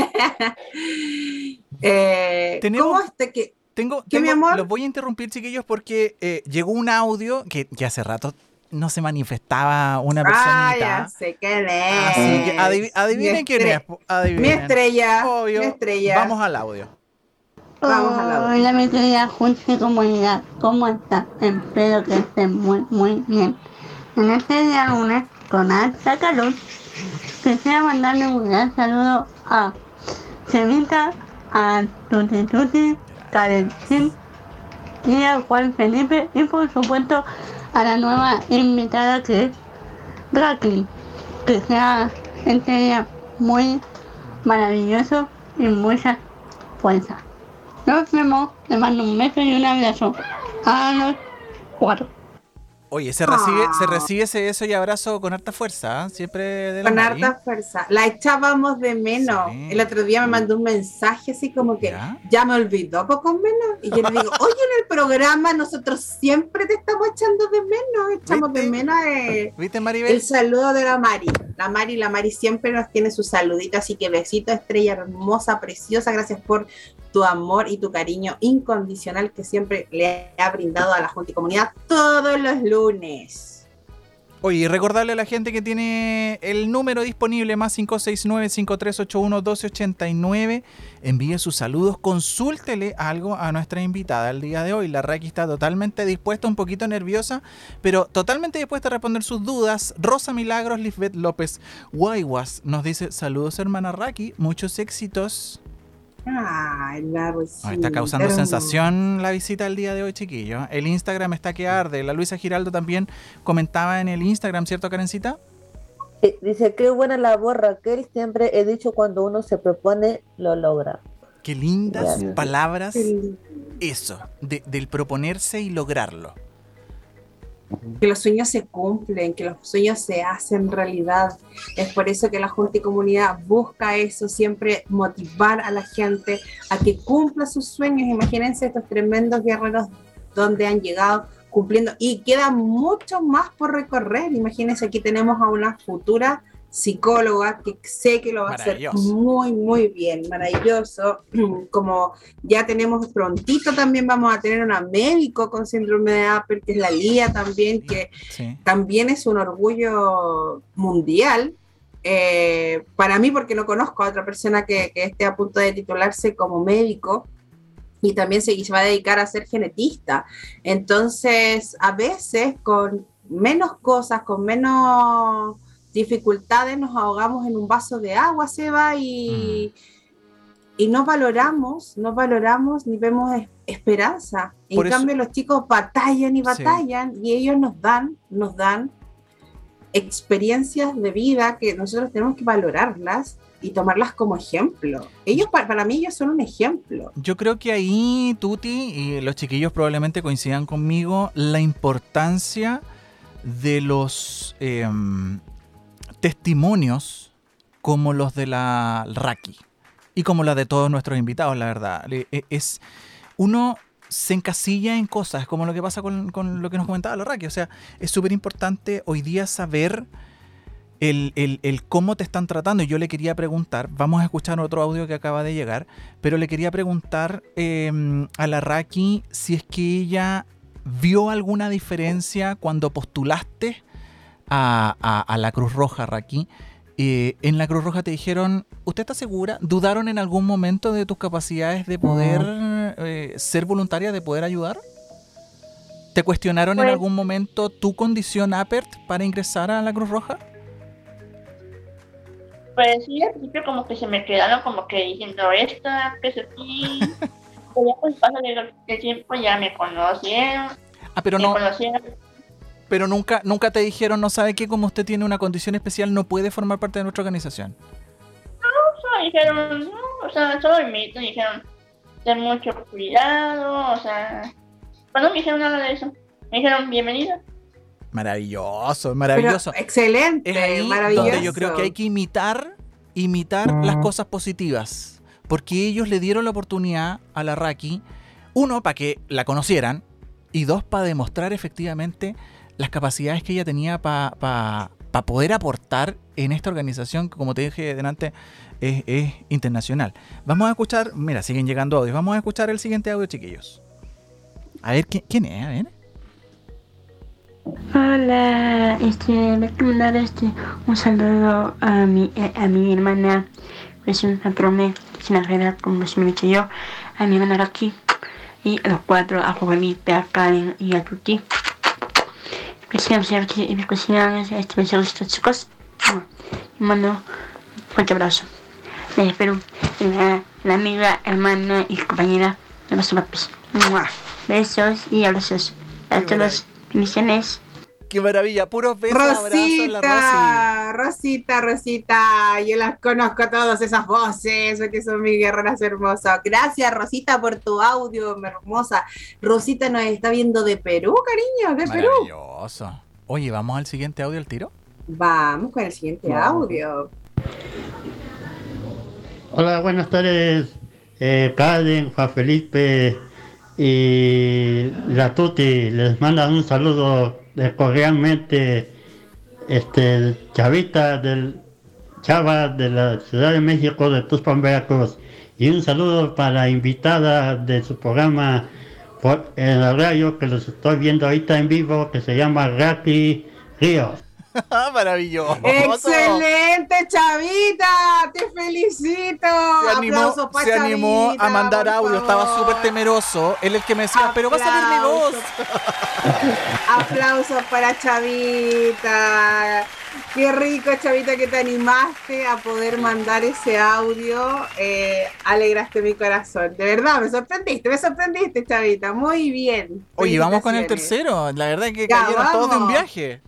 Eh, Tenemos- ¿Cómo este que Tengo, ¿Qué, mi tengo- amor? los voy a interrumpir, chiquillos, porque eh, llegó un audio que, que hace rato no se manifestaba una Ah, ya personita. sé quién es. Así que adivi- adivinen Mi quién estre- es. po, Adivinen. Mi estrella. Obvio. Mi estrella. Vamos al audio. Vamos al audio. Hola, mi querida Junta y comunidad, ¿cómo están? Espero que estén muy, muy bien. En este día lunes, con alta calor, quisiera mandarle un gran saludo a Chevita, a Tuti Tuti, Karencín y a Juan Felipe y por supuesto a la nueva invitada que es Raki. Que sea este día muy maravilloso y mucha fuerza. Nos vemos, les mando un beso y un abrazo a los cuatro. Oye, se recibe, Ah. se recibe ese beso y abrazo con harta fuerza, ¿eh? Siempre de la Con Mari. harta fuerza. La echábamos de menos. Sí. El otro día me mandó un mensaje así como que ¿Ya? ya, me olvidó poco menos. Y yo le digo, oye, en el programa nosotros siempre te estamos echando de menos. Echamos ¿Viste? de menos eh, ¿Viste, Maribel? el saludo de la Mari. La Mari, la Mari siempre nos tiene su saludito. Así que besito, estrella hermosa, preciosa. Gracias por tu amor y tu cariño incondicional que siempre le ha brindado a la Junta y Comunidad todos los lunes. Oye, y recordarle a la gente que tiene el número disponible más cinco seis nueve, cinco tres ocho uno, uno dos ocho nueve. Envíe sus saludos, consúltele algo a nuestra invitada el día de hoy. La Raki está totalmente dispuesta, un poquito nerviosa, pero totalmente dispuesta a responder sus dudas. Rosa Milagros Lisbeth López Guayguas nos dice, saludos hermana Raki, muchos éxitos. Ay, la Rosita. Nos está causando hermosa. sensación la visita del día de hoy, chiquillos. El Instagram está que arde. La Luisa Giraldo también comentaba en el Instagram, ¿cierto, Karencita? Eh, Dice, qué buena labor, Raquel. Siempre he dicho, cuando uno se propone, lo logra. Qué lindas Gracias. palabras. Sí. Eso, de- del proponerse y lograrlo. Que los sueños se cumplen, que los sueños se hacen realidad. Es por eso que la Junta y Comunidad busca eso, siempre motivar a la gente a que cumpla sus sueños. Imagínense estos tremendos guerreros donde han llegado cumpliendo, y queda mucho más por recorrer. Imagínense, aquí tenemos a una futura psicóloga que sé que lo va a hacer Maravilloso. muy, muy bien, maravilloso. Como ya tenemos prontito, también vamos a tener una médico con síndrome de Apple, que es la Lía también, que Sí. también es un orgullo mundial eh, para mí, porque no conozco a otra persona que, que esté a punto de titularse como médico y también se, y se va a dedicar a ser genetista. Entonces, a veces con menos cosas, con menos dificultades, nos ahogamos en un vaso de agua, Seba, y, y no valoramos, no valoramos ni vemos es- esperanza. En Por eso- cambio, los chicos batallan y Sí. batallan, y ellos nos dan, nos dan experiencias de vida que nosotros tenemos que valorarlas y tomarlas como ejemplo. Ellos, pa- para mí, ellos son un ejemplo. Yo creo que ahí, Tuti, y los chiquillos probablemente coincidan conmigo, la importancia de los em, testimonios como los de la Raki y como la de todos nuestros invitados, la verdad. Le- e- Es, uno se encasilla en cosas, como lo que pasa con, con lo que nos comentaba la Raki. O sea, es súper importante hoy día saber el, el- el cómo te están tratando. Y yo le quería preguntar, vamos a escuchar otro audio que acaba de llegar, pero le quería preguntar eh, a la Raki si es que ella vio alguna diferencia cuando postulaste a, a- a la Cruz Roja, Raki. Eh, en la Cruz Roja te dijeron, ¿usted está segura? ¿Dudaron en algún momento de tus capacidades de poder eh, ser voluntaria de poder ayudar? ¿Te cuestionaron Pues, en algún momento tu condición A P E R T para ingresar a la Cruz Roja? Pues sí, al principio como que se me quedaron como que diciendo esta, que es aquí. Pero ya pues pasa del del tiempo, ya me conocieron, Ah, pero me no, conocieron. pero nunca, nunca te dijeron, no sabe qué, como usted tiene una condición especial, no puede formar parte de nuestra organización. Solo dijeron, no, o sea, solo me invitan, dijeron, ten mucho cuidado, o sea, pues no me dijeron nada de eso. Me dijeron, bienvenida. Maravilloso, maravilloso. Pero excelente, Es ahí maravilloso. donde yo creo que hay que imitar, imitar las cosas positivas. Porque ellos le dieron la oportunidad a la Raki, uno, para que la conocieran, y dos, para demostrar efectivamente las capacidades que ella tenía para pa, pa poder aportar en esta organización que, como te dije delante, es, es internacional. Vamos a escuchar, mira, siguen llegando audios, vamos a escuchar el siguiente audio, chiquillos. A ver, ¿quién, quién es? A ver. Hola, este, le quiero mandar este, un saludo a mi, a mi hermana, es un patrón sin arreglar, como se me he dicho yo, a mi hermana Rocky, y a los cuatro, a Juanita, a Karen y a Tuti. Especialmente en mis cocinas, este, besos a estos chicos. Les mando un fuerte abrazo. Les espero, la, la amiga, hermana y compañera de los papis. Besos y abrazos a todos. Bendiciones. ¡Qué maravilla! Puros besos, abrazos, la Rosita, Rosita, Rosita, yo las conozco a todas esas voces, que son mis guerreras hermosas. Gracias, Rosita, por tu audio, hermosa. Rosita nos está viendo de Perú, cariño, de Rosy. Perú. Maravilloso. Oye, ¿vamos al siguiente audio al tiro? Vamos con el siguiente Vamos. audio. Hola, buenas tardes, eh, Karen, Juan Felipe y la Tuti. Les mandan un saludo de cordialmente, este, Chavita del Chava de la Ciudad de México, de Tuxpan, Veracruz. Y un saludo para la invitada de su programa por, en la radio, que los estoy viendo ahorita en vivo, que se llama Raki Ríos. ¡Maravilloso! ¡Excelente, Chavita! ¡Te felicito! Se animó, Aplausos pa' se animó Chavita, a mandar por audio, favor. estaba súper temeroso. Él es el que me decía, pero va a salir mi voz. Aplausos para Chavita. Qué rico, Chavita, que te animaste a poder mandar ese audio. Eh, alegraste mi corazón. De verdad, me sorprendiste, me sorprendiste, Chavita. Muy bien. Oye, vamos con el Felicitaciones. tercero. La verdad es que Ya, cayeron todos de un vamos. viaje.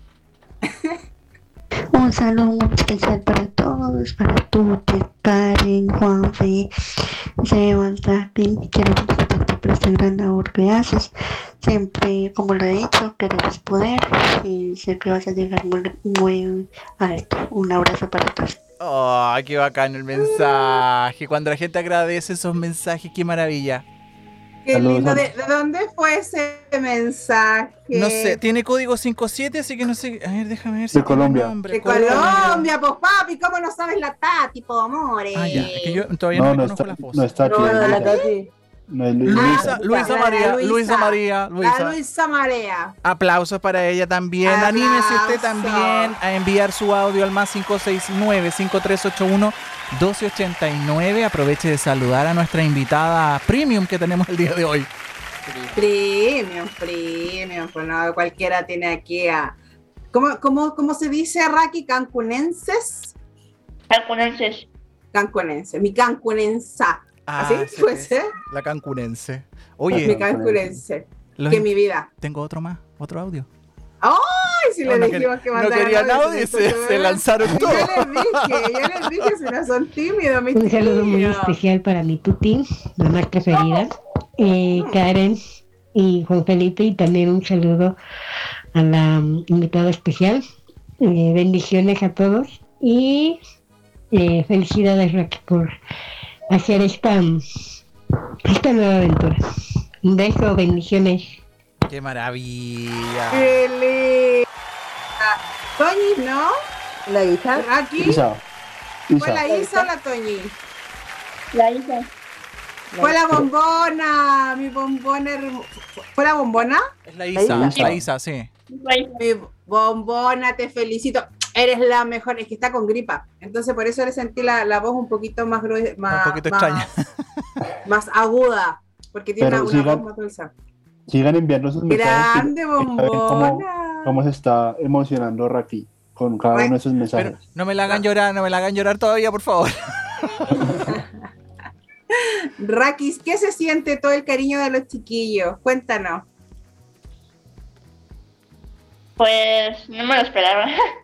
Un saludo muy especial para todos, para Tuti, Karen, Juanfe, Seba, Tapi. Quiero felicitarte por esta gran labor que haces. Siempre, como lo he dicho, queremos poder y sé que vas a llegar muy, muy alto. Un abrazo para todos. ¡Oh, qué bacán el mensaje! Cuando la gente agradece esos mensajes, qué maravilla. Qué Saludos, lindo. ¿De, saludos. de dónde fue ese mensaje? No sé, tiene código cinco siete, así que no sé. A ver, déjame ver si De tiene Colombia. nombre. De Colombia, pues papi, ¿cómo no sabes la Tati, po amores? Ah, ya, es que yo todavía no, No, me no conozco está, la voz. no está aquí. No, no, la ahorita. Tati. No es Luisa. Luisa, Ah, Luisa la María, Luisa. Luisa María, La Luisa. Luisa Marea. Aplausos para ella también. Anímese usted Aplausos. también a enviar su audio al más cinco seis nueve, cinco tres ocho uno, uno dos ocho nueve. Aproveche de saludar a nuestra invitada premium que tenemos el día de hoy. Premium, premium, pues no, cualquiera tiene aquí a... ¿Cómo, cómo, cómo se dice, Raki? ¿Cancunenses? Cancunenses. Cancunense, mi cancunensa. ¿Así? sí, ¿Puede que es ser? La cancunense. Mi Oye, cancunense. los- Que mi vida. tengo otro más, otro audio. ¡Ay! Si No, le no dijimos quería- que no mandaran querían audio, audio y se se- nos- se lanzaron Yo todos. les dije, yo les dije, si no son tímidos, mis Un saludo muy tímidos. especial para mi tuti, mamá preferida, eh, Karen y Juan Felipe, y también un saludo a la um, invitada especial. Eh, bendiciones a todos y eh, felicidades, Raquel, por hacer esta, esta nueva aventura. Un beso, bendiciones. ¡Qué maravilla! ¡Qué linda! Toñi, ¿no? La hija. Raki. Isa. ¿Fue la Isa. Isa o la Toñi? La hija. Fue la bombona, mi bombona. hermo- ¿Fue la bombona? Es la Isa, Isa. la Isa, sí. La hija. Mi bombona, te felicito. Eres la mejor. Es que está con gripa. Entonces, por eso le sentí la, la voz un poquito más gruesa. Más, Un poquito más- extraña. Más aguda. porque tiene Pero una, una sigan- voz más dulce. Sigan enviando sus mensajes. que- Grande que saben cómo, bombona. cómo se está emocionando Raki con cada Bueno, uno de sus Pero mensajes. no me la hagan llorar, no me la hagan llorar todavía, por favor. Rakis, ¿qué se siente todo el cariño de los chiquillos? Cuéntanos. Pues no me lo esperaba.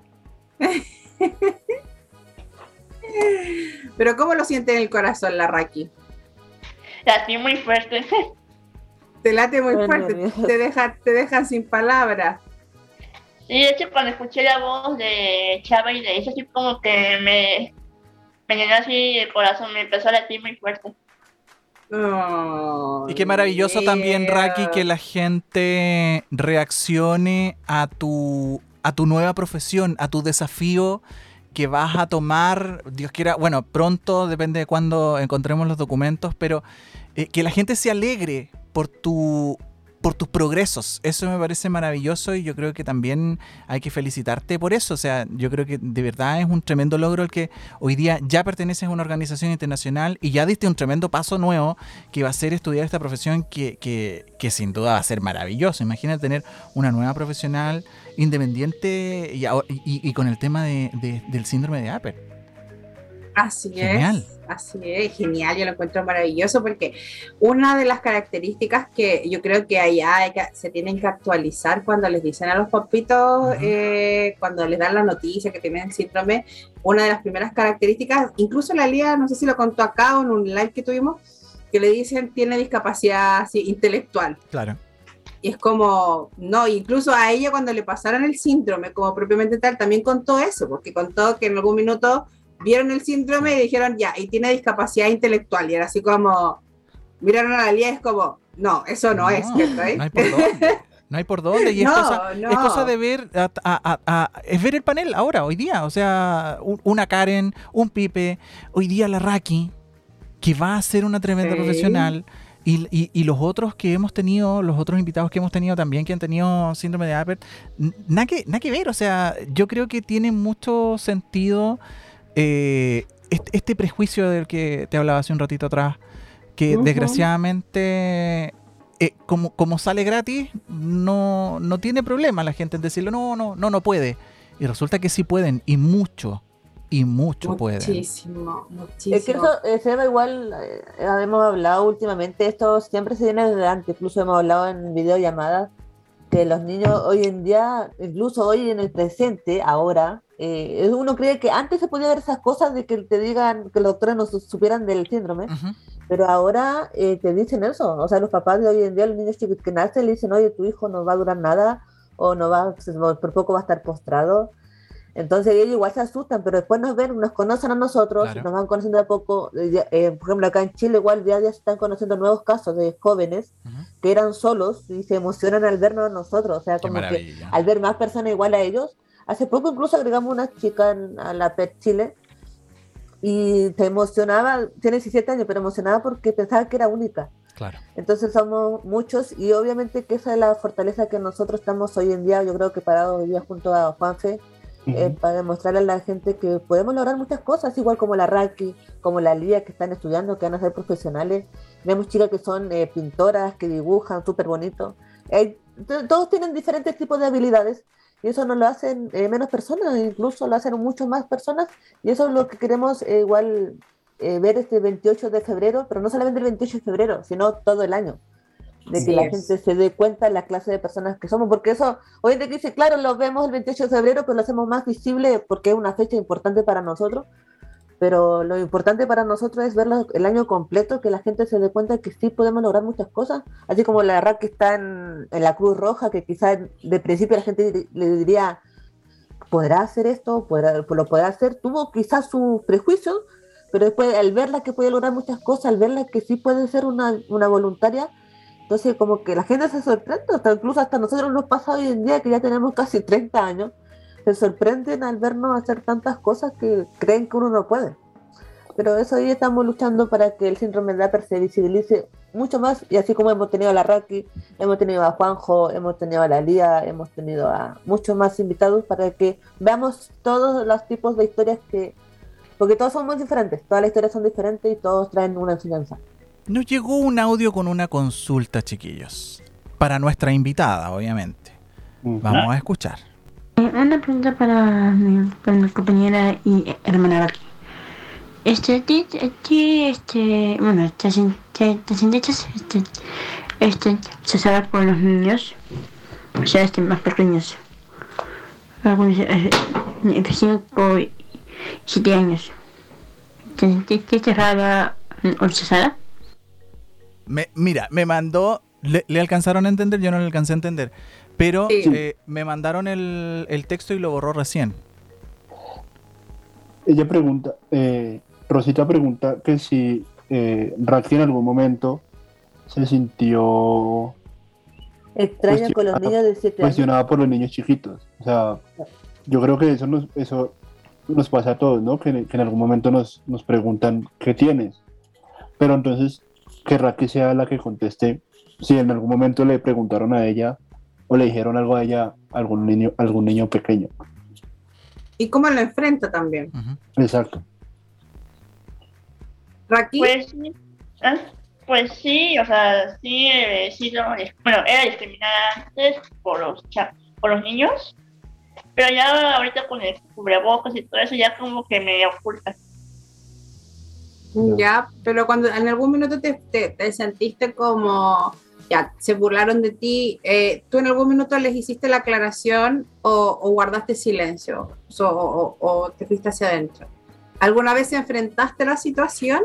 Pero ¿cómo lo siente en el corazón la Raki? Latí muy fuerte. Te late muy Qué fuerte, nervioso. te deja, te deja sin palabras. Sí, de hecho cuando escuché la voz de Chava y de eso, así como que me, me llenó así el corazón, me empezó a latir muy fuerte. Oh, Y qué maravilloso también, yeah. Raki, que la gente reaccione a tu, a tu nueva profesión, a tu desafío que vas a tomar, Dios quiera, bueno, pronto, depende de cuándo encontremos los documentos, pero eh, que la gente se alegre por tu por tus progresos. Eso me parece maravilloso y yo creo que también hay que felicitarte por eso. O sea, yo creo que de verdad es un tremendo logro el que hoy día ya perteneces a una organización internacional y ya diste un tremendo paso nuevo que va a ser estudiar esta profesión que, que, que sin duda va a ser maravilloso. Imagina tener una nueva profesional independiente y, ahora- y- y con el tema de, de- del síndrome de Apert. Así Genial. es, así es, genial, yo lo encuentro maravilloso porque una de las características que yo creo que allá hay que- se tienen que actualizar cuando les dicen a los papitos, Ujú. eh, cuando les dan la noticia que tienen el síndrome, una de las primeras características, incluso la Lía, no sé si lo contó acá o en un live que tuvimos, que le dicen tiene discapacidad así, intelectual. Claro. Y es como, no, incluso a ella cuando le pasaron el síndrome como propiamente tal, también contó eso, porque contó que en algún minuto vieron el síndrome y dijeron, ya, y tiene discapacidad intelectual. Y era así como, miraron a la Lía y es como, no, eso no, es, ¿cachai? No hay por dónde. No hay por dónde. Y es, No, cosa, no. es cosa de ver, a- a- a- a- es ver el panel ahora, hoy día. O sea, un- una Karen, un Pipe, hoy día la Raki, que va a ser una tremenda Sí. profesional. Y, y- y los otros que hemos tenido, los otros invitados que hemos tenido también que han tenido síndrome de Apert, n- nada que, nada que ver. O sea, yo creo que tiene mucho sentido eh, este, este prejuicio del que te hablaba hace un ratito atrás, que Ujú. desgraciadamente, eh, como, como sale gratis, no, no tiene problema la gente en decirlo, no, no, no, no puede. Y resulta que sí pueden, y mucho, y mucho pueden. Muchísimo, muchísimo. Es que eso, eh, Seba, igual eh, hemos hablado últimamente, esto siempre se viene desde antes, incluso hemos hablado en videollamadas, que los niños hoy en día, incluso hoy en el presente, ahora, eh, uno cree que antes se podía ver esas cosas de que te digan, que los doctores no su- supieran del síndrome, Ujú. pero ahora eh, te dicen eso, o sea, los papás de hoy en día, los niños chicos que nacen, le dicen, oye, tu hijo no va a durar nada, o no va, se- por poco va a estar postrado. Entonces ellos igual se asustan, pero después nos ven, nos conocen a nosotros, Claro. nos van conociendo de a poco. Eh, ya- eh, por ejemplo, acá en Chile igual ya, ya se están conociendo nuevos casos de jóvenes Ujú. que eran solos y se emocionan al vernos a nosotros. O sea, Qué como que maravilla. al ver más personas igual a ellos. Hace poco incluso agregamos una chica en- a la P E T Chile y se emocionaba, tiene diecisiete años, pero emocionaba porque pensaba que era única. Claro. Entonces somos muchos y obviamente que esa es la fortaleza que nosotros estamos hoy en día, yo creo que parados hoy día junto a Juanfe, eh, Ujú. para demostrarle a la gente que podemos lograr muchas cosas, igual como la Raki, como la Lía, que están estudiando, que van a ser profesionales. Tenemos chicas que son eh, pintoras, que dibujan súper bonito. Eh, to- todos tienen diferentes tipos de habilidades y eso no lo hacen eh, menos personas, incluso lo hacen mucho más personas y eso es lo que queremos eh, igual eh, ver este veintiocho de febrero, pero no solamente el veintiocho de febrero, sino todo el año. De Así que la es. gente se dé cuenta de la clase de personas que somos, porque eso, hoy en día que dice, claro, lo vemos el veintiocho de febrero, pero lo hacemos más visible porque es una fecha importante para nosotros, pero lo importante para nosotros es verlo el año completo, que la gente se dé cuenta que sí podemos lograr muchas cosas, así como la R A C que está en, en la Cruz Roja, que quizás de principio la gente le diría, ¿podrá hacer esto? ¿Podrá, ¿Lo podrá hacer? Tuvo quizás sus prejuicios, pero después al verla que puede lograr muchas cosas, al verla que sí puede ser una, una voluntaria, entonces como que la gente se sorprende, hasta incluso hasta nosotros nos pasa hoy en día que ya tenemos casi treinta años, se sorprenden al vernos hacer tantas cosas que creen que uno no puede. Pero eso hoy estamos luchando para que el síndrome de Apert se visibilice mucho más, y así como hemos tenido a la Raki, hemos tenido a Juanjo, hemos tenido a la Lía, hemos tenido a muchos más invitados para que veamos todos los tipos de historias que, porque todos somos diferentes, todas las historias son diferentes y todos traen una enseñanza. Nos llegó un audio con una consulta, chiquillos. Para nuestra invitada, obviamente. Uh-huh. Vamos a escuchar. Una pregunta para mi, para mi compañera y hermana Raki. Este, aquí, este, bueno, estas indechas, este, este, se sabe por los niños, o sea, este, más pequeños, algunos, eh, de cinco y siete años. ¿Qué cerrada o cesada? Me, mira, me mandó, le, le alcanzaron a entender, yo no le alcancé a entender, pero sí. eh, me mandaron el, el texto y lo borró recién. Ella pregunta, eh, Rosita pregunta que si eh, Raki en algún momento se sintió extraña con los niños de siete años. Cuestionada por los niños chiquitos. O sea, yo creo que eso nos, eso nos pasa a todos, ¿no? Que, que en algún momento nos, nos preguntan ¿qué tienes? Pero entonces que Raki sea la que conteste si en algún momento le preguntaron a ella o le dijeron algo a ella, algún niño, algún niño pequeño. Y cómo lo enfrenta también. Uh-huh. Exacto. ¿Raki? Pues, ¿eh? pues sí, o sea, sí, eh, sí lo, bueno, era discriminada antes por los, por los niños, pero ya ahorita con el cubrebocas y todo eso ya como que me oculta. Ya, pero cuando en algún minuto te, te, te sentiste como, ya, se burlaron de ti, eh, ¿tú en algún minuto les hiciste la aclaración o, o guardaste silencio o, o, o te fuiste hacia adentro? ¿Alguna vez enfrentaste la situación?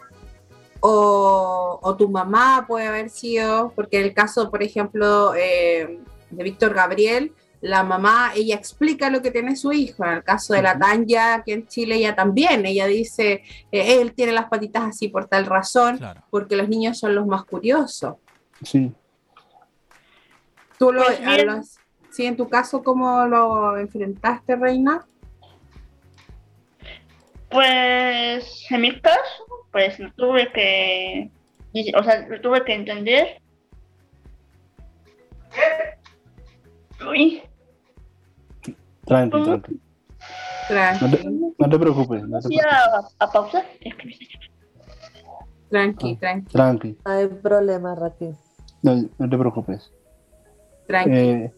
O, o tu mamá puede haber sido, porque en el caso, por ejemplo, eh, de Víctor Gabriel, la mamá, ella explica lo que tiene su hijo. En el caso de la Tanya, que en Chile ella también, ella dice, eh, él tiene las patitas así por tal razón, claro. Porque los niños son los más curiosos. Sí. ¿Tú lo pues hablas? Sí, en tu caso, ¿cómo lo enfrentaste, Reina? Pues, en mi caso, pues lo tuve que, o sea, lo tuve que entender. Uy. Tranqui, tranqui. Tranqui. No te, no te preocupes. No te preocupes. A, a pausa. Tranqui, ah, tranqui. Tranqui. No hay problema, Raki. No, no te preocupes. Tranqui. Eh,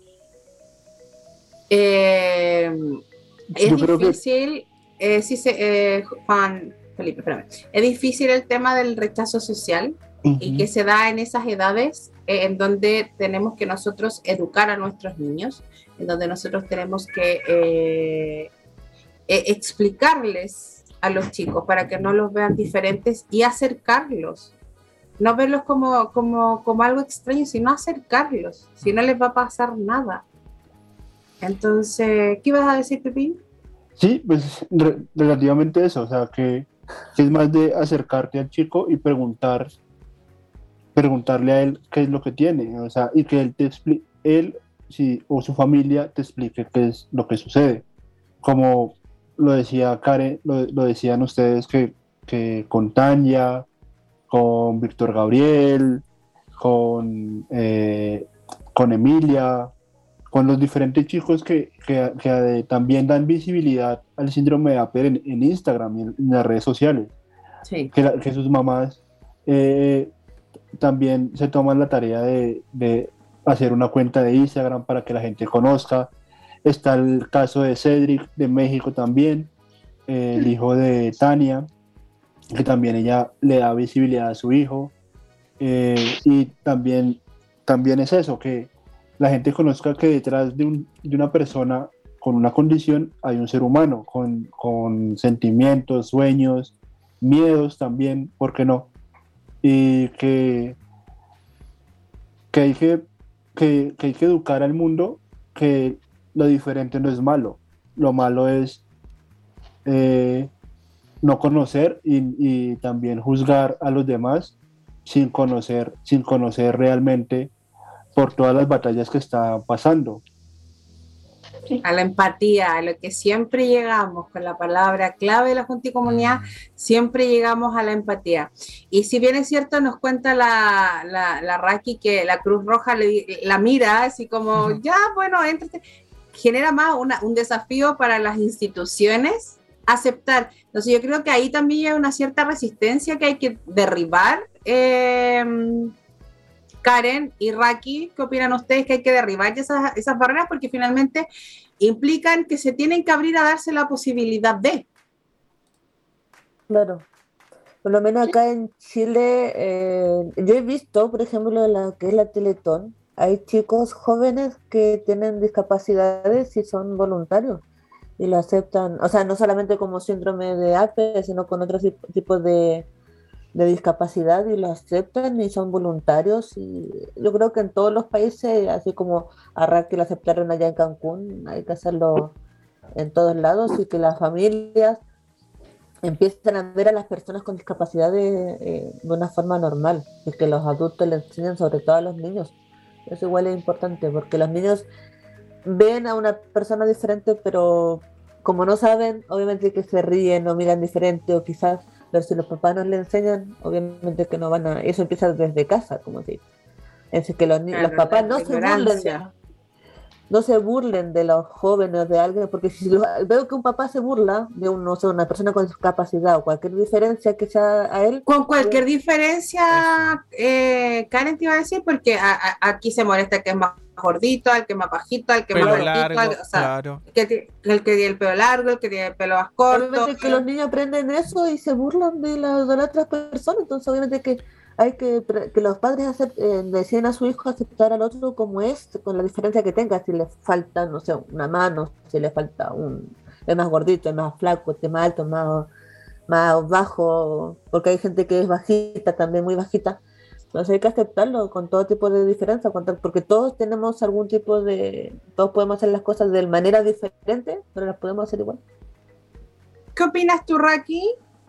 eh, es difícil, que... eh, sí, eh, Juan Felipe, espérame. Es difícil el tema del rechazo social uh-huh. y que se da en esas edades eh, en donde tenemos que nosotros educar a nuestros niños, en donde nosotros tenemos que eh, eh, explicarles a los chicos para que no los vean diferentes y acercarlos. No verlos como, como, como algo extraño, sino acercarlos. Si no les va a pasar nada. Entonces, ¿qué ibas a decir, Pepín? Sí, pues re- relativamente eso, o sea, que, que es más de acercarte al chico y preguntar, preguntarle a él qué es lo que tiene, o sea, y que él te explique, él sí, o su familia te explique qué es lo que sucede. Como lo decía Karen, lo, lo decían ustedes que, que con Tanya, con Víctor Gabriel, con, eh, con Emilia, con los diferentes chicos que, que, que también dan visibilidad al síndrome de Apper en, en Instagram y en, en las redes sociales. Sí. Que, la, que sus mamás eh, también se toman la tarea de, de hacer una cuenta de Instagram para que la gente conozca. Está el caso de Cedric de México también, eh, el hijo de Tania, que también ella le da visibilidad a su hijo. Eh, y también, también es eso, que la gente conozca que detrás de, un, de una persona con una condición hay un ser humano, con, con sentimientos, sueños, miedos también, ¿por qué no? Y que, que, hay, que, que, que hay que educar al mundo que lo diferente no es malo, lo malo es eh, no conocer y, y también juzgar a los demás sin conocer, sin conocer realmente por todas las batallas que está pasando. A la empatía, a lo que siempre llegamos con la palabra clave de la Junta y Comunidad, siempre llegamos a la empatía. Y si bien es cierto, nos cuenta la, la, la Raki que la Cruz Roja le, la mira así como, uh-huh. ya, bueno, éntrate. Genera más una, un desafío para las instituciones aceptar. Entonces yo creo que ahí también hay una cierta resistencia que hay que derribar. Eh, Karen y Raki, ¿qué opinan ustedes? Que hay que derribar esas, esas barreras porque finalmente implican que se tienen que abrir a darse la posibilidad de. Claro. Por lo menos acá en Chile, eh, yo he visto, por ejemplo, la que es la Teletón, hay chicos jóvenes que tienen discapacidades y son voluntarios y lo aceptan, o sea, no solamente como síndrome de A P E, sino con otros tipos de, de discapacidad y lo aceptan y son voluntarios. Y yo creo que en todos los países, así como a Raquel lo aceptaron allá en Cancún, hay que hacerlo en todos lados y que las familias empiezan a ver a las personas con discapacidad de, eh, de una forma normal y que los adultos le enseñan, sobre todo a los niños. Eso igual es importante porque los niños ven a una persona diferente, pero como no saben, obviamente que se ríen o miran diferente o quizás, pero si los papás no le enseñan, obviamente que no van a... Eso empieza desde casa, como se dice. Es decir, que los, claro, los papás no se burlen de, no se burlen de los jóvenes, de alguien, porque si lo, veo que un papá se burla de un, no sé, una persona con discapacidad o cualquier diferencia que sea a él. Con cualquier diferencia, eh, Karen te iba a decir, porque a, a, aquí se molesta el que es más gordito, al que es más bajito, al que es más gordito, largo, al, o sea, claro. el, que, el que tiene el pelo largo, el que tiene el pelo más corto. Obviamente que los niños aprenden eso y se burlan de, la, de las otras personas, entonces obviamente que hay que que los padres acept, eh, deciden a su hijo aceptar al otro como es, con la diferencia que tenga, si le falta, no sé, una mano, si le falta un, es más gordito, es más flaco, es más alto, más, más bajo, porque hay gente que es bajita, también muy bajita, entonces hay que aceptarlo con todo tipo de diferencia, porque todos tenemos algún tipo de, todos podemos hacer las cosas de manera diferente, pero las podemos hacer igual. ¿Qué opinas tú, Raki?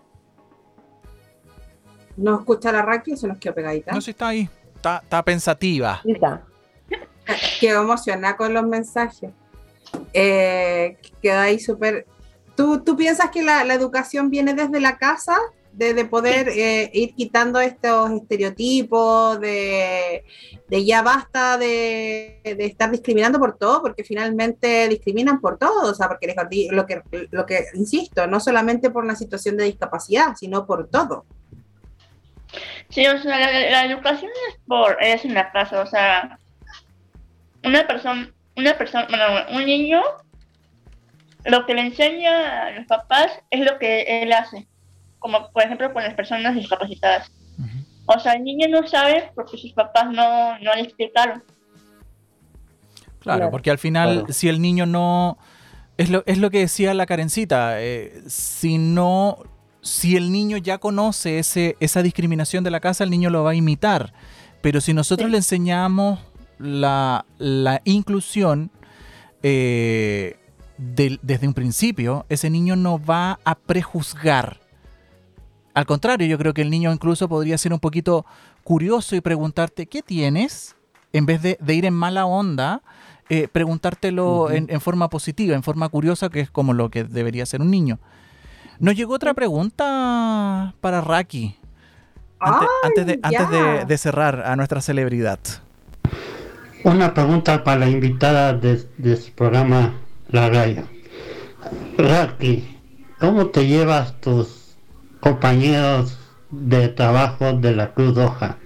¿No escucha la Raki o se nos quedó pegadita? No, sí está ahí. Está, está pensativa. Quedó emocionada con los mensajes. Eh, quedó ahí súper... ¿Tú, ¿Tú piensas que la, la educación viene desde la casa? De, de poder sí. eh, ir quitando estos estereotipos, de, de ya basta de, de estar discriminando por todo, porque finalmente discriminan por todo, o sea, porque les, lo, que, lo que, insisto, no solamente por una situación de discapacidad, sino por todo. Sí, o sea, la, la educación es por, es en la casa, o sea, una persona, una persona, bueno, un niño, lo que le enseña a los papás es lo que él hace, como por ejemplo con las personas discapacitadas. Uh-huh. O sea, el niño no sabe porque sus papás no, no le explicaron. Claro, claro, porque al final, claro. si el niño no, es lo, es lo que decía la Karencita, eh, si no... Si el niño ya conoce ese, esa discriminación de la casa, el niño lo va a imitar. Pero si nosotros sí. le enseñamos la, la inclusión eh, de, desde un principio, ese niño no va a prejuzgar. Al contrario, yo creo que el niño incluso podría ser un poquito curioso y preguntarte, ¿qué tienes? En vez de, de ir en mala onda, eh, preguntártelo uh-huh. en, en forma positiva, en forma curiosa, que es como lo que debería ser un niño. Nos llegó otra pregunta para Raki. Antes, Ay, antes, de, antes de, de cerrar a nuestra celebridad. Una pregunta para la invitada de, de su programa La Radio. Raki, ¿cómo te llevas tus compañeros de trabajo de la Cruz Roja?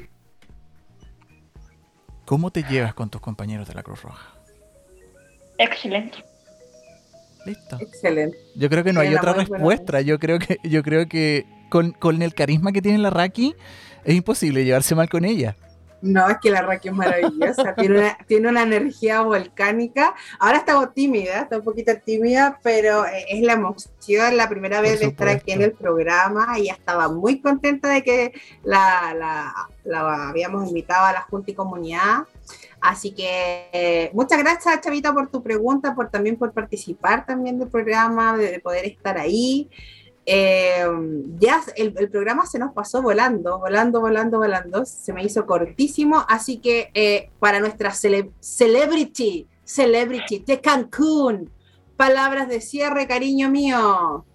¿Cómo te llevas con tus compañeros de la Cruz Roja? Excelente. Listo. Excelente. Yo creo que no hay otra respuesta. Yo creo que, yo creo que con, con el carisma que tiene la Raki, es imposible llevarse mal con ella. No, es que la Raki es maravillosa. tiene, una, tiene una energía volcánica. Ahora está tímida, está un poquito tímida, pero es la emoción, la primera vez de estar aquí en el programa. Ella estaba muy contenta de que la, la, la habíamos invitado a la Junta y Comunidad. Así que eh, muchas gracias, Chavita, por tu pregunta, por también por participar también del programa, de, de poder estar ahí. Eh, ya el, el programa se nos pasó volando, volando, volando, volando. Se me hizo cortísimo. Así que eh, para nuestra cele- celebrity, celebrity de Cancún, palabras de cierre, cariño mío.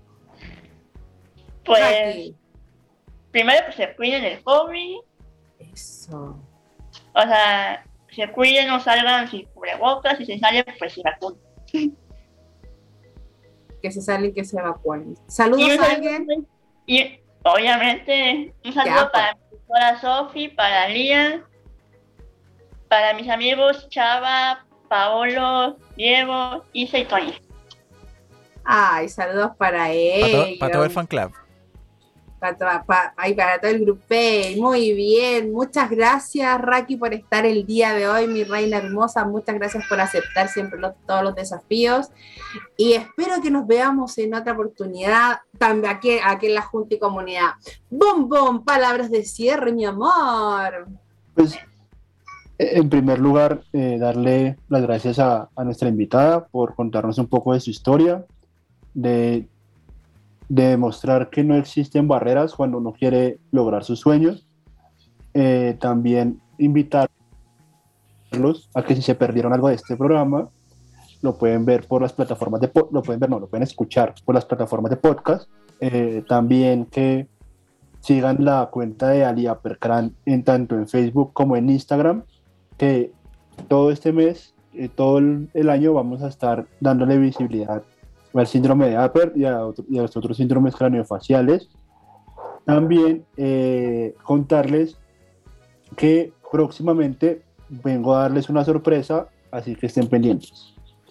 Pues, Aquí. Primero que se cuiden el COVID. Eso. O sea, se cuiden, no salgan sin cubrebocas, y si salen, pues sin vacunas. que se salen, que se evacúen. Saludos Y un a saludo- alguien. Y obviamente un saludo Ya, para mi doctora Sofi, para Lian, para mis amigos Chava, Paolo, Diego, Isa y Tony. Ay, saludos para Para ellos. todo, para todo el fan club. Para, to- pa- ay, para todo el grupo. Muy bien. Muchas gracias, Raki, por estar el día de hoy, mi reina hermosa. Muchas gracias por aceptar siempre los- todos los desafíos. Y espero que nos veamos en otra oportunidad, también aquí, aquí en la Junta y Comunidad. Bom, bom, palabras de cierre, mi amor. Pues, eh, en primer lugar, eh, darle las gracias a, a nuestra invitada por contarnos un poco de su historia, de, de demostrar que no existen barreras cuando uno quiere lograr sus sueños. Eh, también invitarlos a que si se perdieron algo de este programa, lo pueden ver por las plataformas de po- lo pueden ver, no, lo pueden escuchar por las plataformas de podcast. Eh, también que sigan la cuenta de Ali Apercran en tanto en Facebook como en Instagram, que todo este mes, eh, todo el, el año vamos a estar dándole visibilidad al síndrome de Apert y a, otro- y a los otros síndromes craneofaciales. También eh, contarles que próximamente vengo a darles una sorpresa, así que estén pendientes.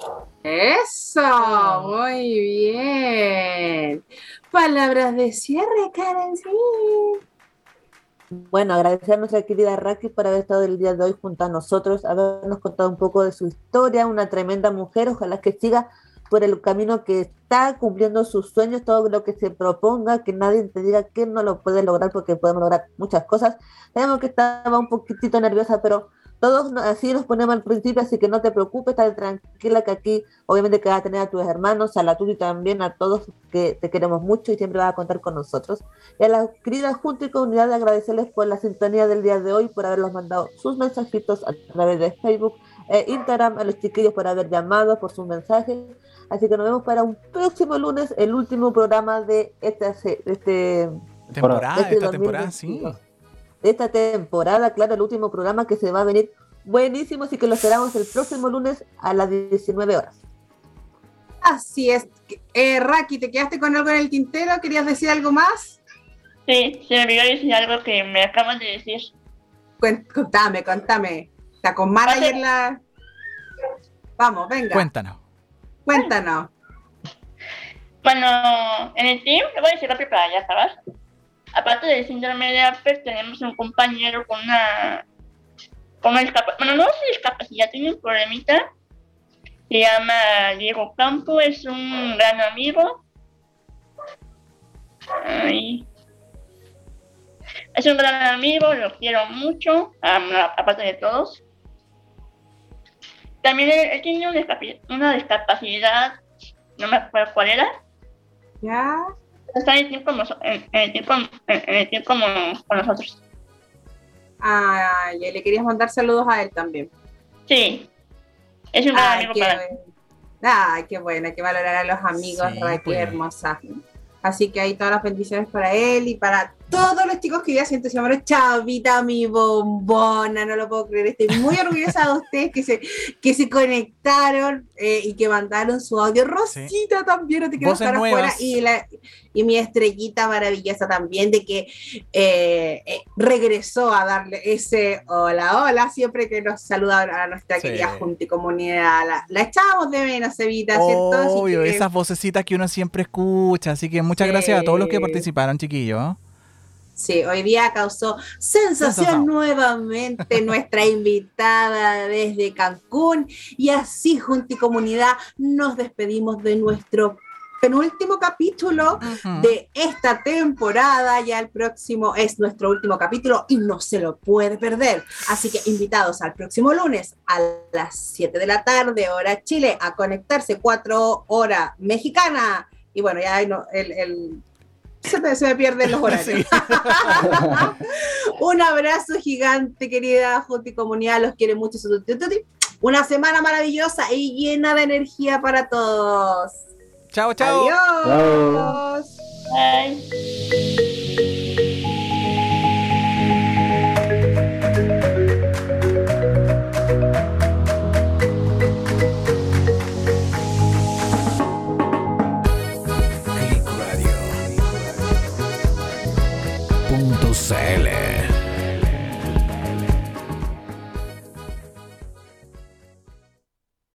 Eso, muy bien. Palabras de cierre, Karen, sí. Bueno, agradecer a nuestra querida Raki por haber estado el día de hoy junto a nosotros, habernos contado un poco de su historia, una tremenda mujer, ojalá que siga por el camino que está, cumpliendo sus sueños, todo lo que se proponga, que nadie te diga que no lo puede lograr, porque podemos lograr muchas cosas. Sabemos que estaba un poquitito nerviosa, pero todos no- así nos ponemos al principio, así que no te preocupes, está tranquila, que aquí obviamente que vas a tener a tus hermanos, a la Tuti también, a todos que te queremos mucho y siempre vas a contar con nosotros. Y a la querida Junta y Comunidad, agradecerles por la sintonía del día de hoy, por haberlos mandado sus mensajitos a través de Facebook, eh, Instagram, a los chiquillos por haber llamado, por sus mensajes. Así que nos vemos para un próximo lunes, el último programa de esta, se- de este, Temporada, Este esta temporada, sí. dos mil veintidós. de esta temporada, claro, el último programa que se va a venir buenísimo, así que lo esperamos el próximo lunes a las diecinueve horas. Así es. Eh, Raki, ¿te quedaste con algo en el tintero? ¿Querías decir algo más? Sí, se me olvidó decir algo que me acaban de decir. Cuen- Contame, contame. Está con manager la... Vamos, venga. Cuéntanos. Cuéntanos. Bueno, en el team, le voy a decir rápido para ya sabes. Aparte del síndrome de Apert, tenemos un compañero con una, con una discapacidad, bueno, no es discapacidad, tiene un problemita. Se llama Diego Campo, es un gran amigo. Ay. Es un gran amigo, lo quiero mucho, um, aparte de todos. También él, él tiene una discapacidad, una discapacidad, no me acuerdo cuál era. ¿Ya? Está en el tiempo, en, en el tiempo, en, en el tiempo como con nosotros. Ah, ya le querías mandar saludos a él también. Sí, es un gran Ay, amigo qué, para mí. ay, qué bueno, hay que valorar a los amigos, Sí, Raki, pues. hermosa. Así que hay todas las bendiciones para él y para todos los chicos que ya siento se llamaron Chavita, mi bombona, no lo puedo creer. Estoy muy orgullosa de ustedes que se, que se conectaron eh, y que mandaron su audio. Rosita también, no te quiero Voces estar afuera. nuevas. Y, la, y mi estrellita maravillosa también, de que eh, eh, regresó a darle ese hola, hola, siempre que nos saluda a nuestra Sí. querida Junta y Comunidad. La, la echábamos de menos, Evita, ¿cierto? Así Obvio, que- esas vocecitas que uno siempre escucha. Así que muchas Sí. gracias a todos los que participaron, chiquillos. Sí, hoy día causó sensación Sensación. nuevamente nuestra invitada desde Cancún y así Junta y Comunidad nos despedimos de nuestro penúltimo capítulo Ujú. de esta temporada. Ya el próximo es nuestro último capítulo y no se lo puede perder. Así que invitados al próximo lunes a las siete de la tarde, hora Chile, a conectarse, cuatro horas mexicana. Y bueno, ya no, el... el se me, se me pierden los horarios. Sí. Un abrazo gigante, querida Junta y Comunidad. Los quiere mucho. Su tuti, tuti. Una semana maravillosa y llena de energía para todos. Chao, chao. Adiós. Bye. punto c l.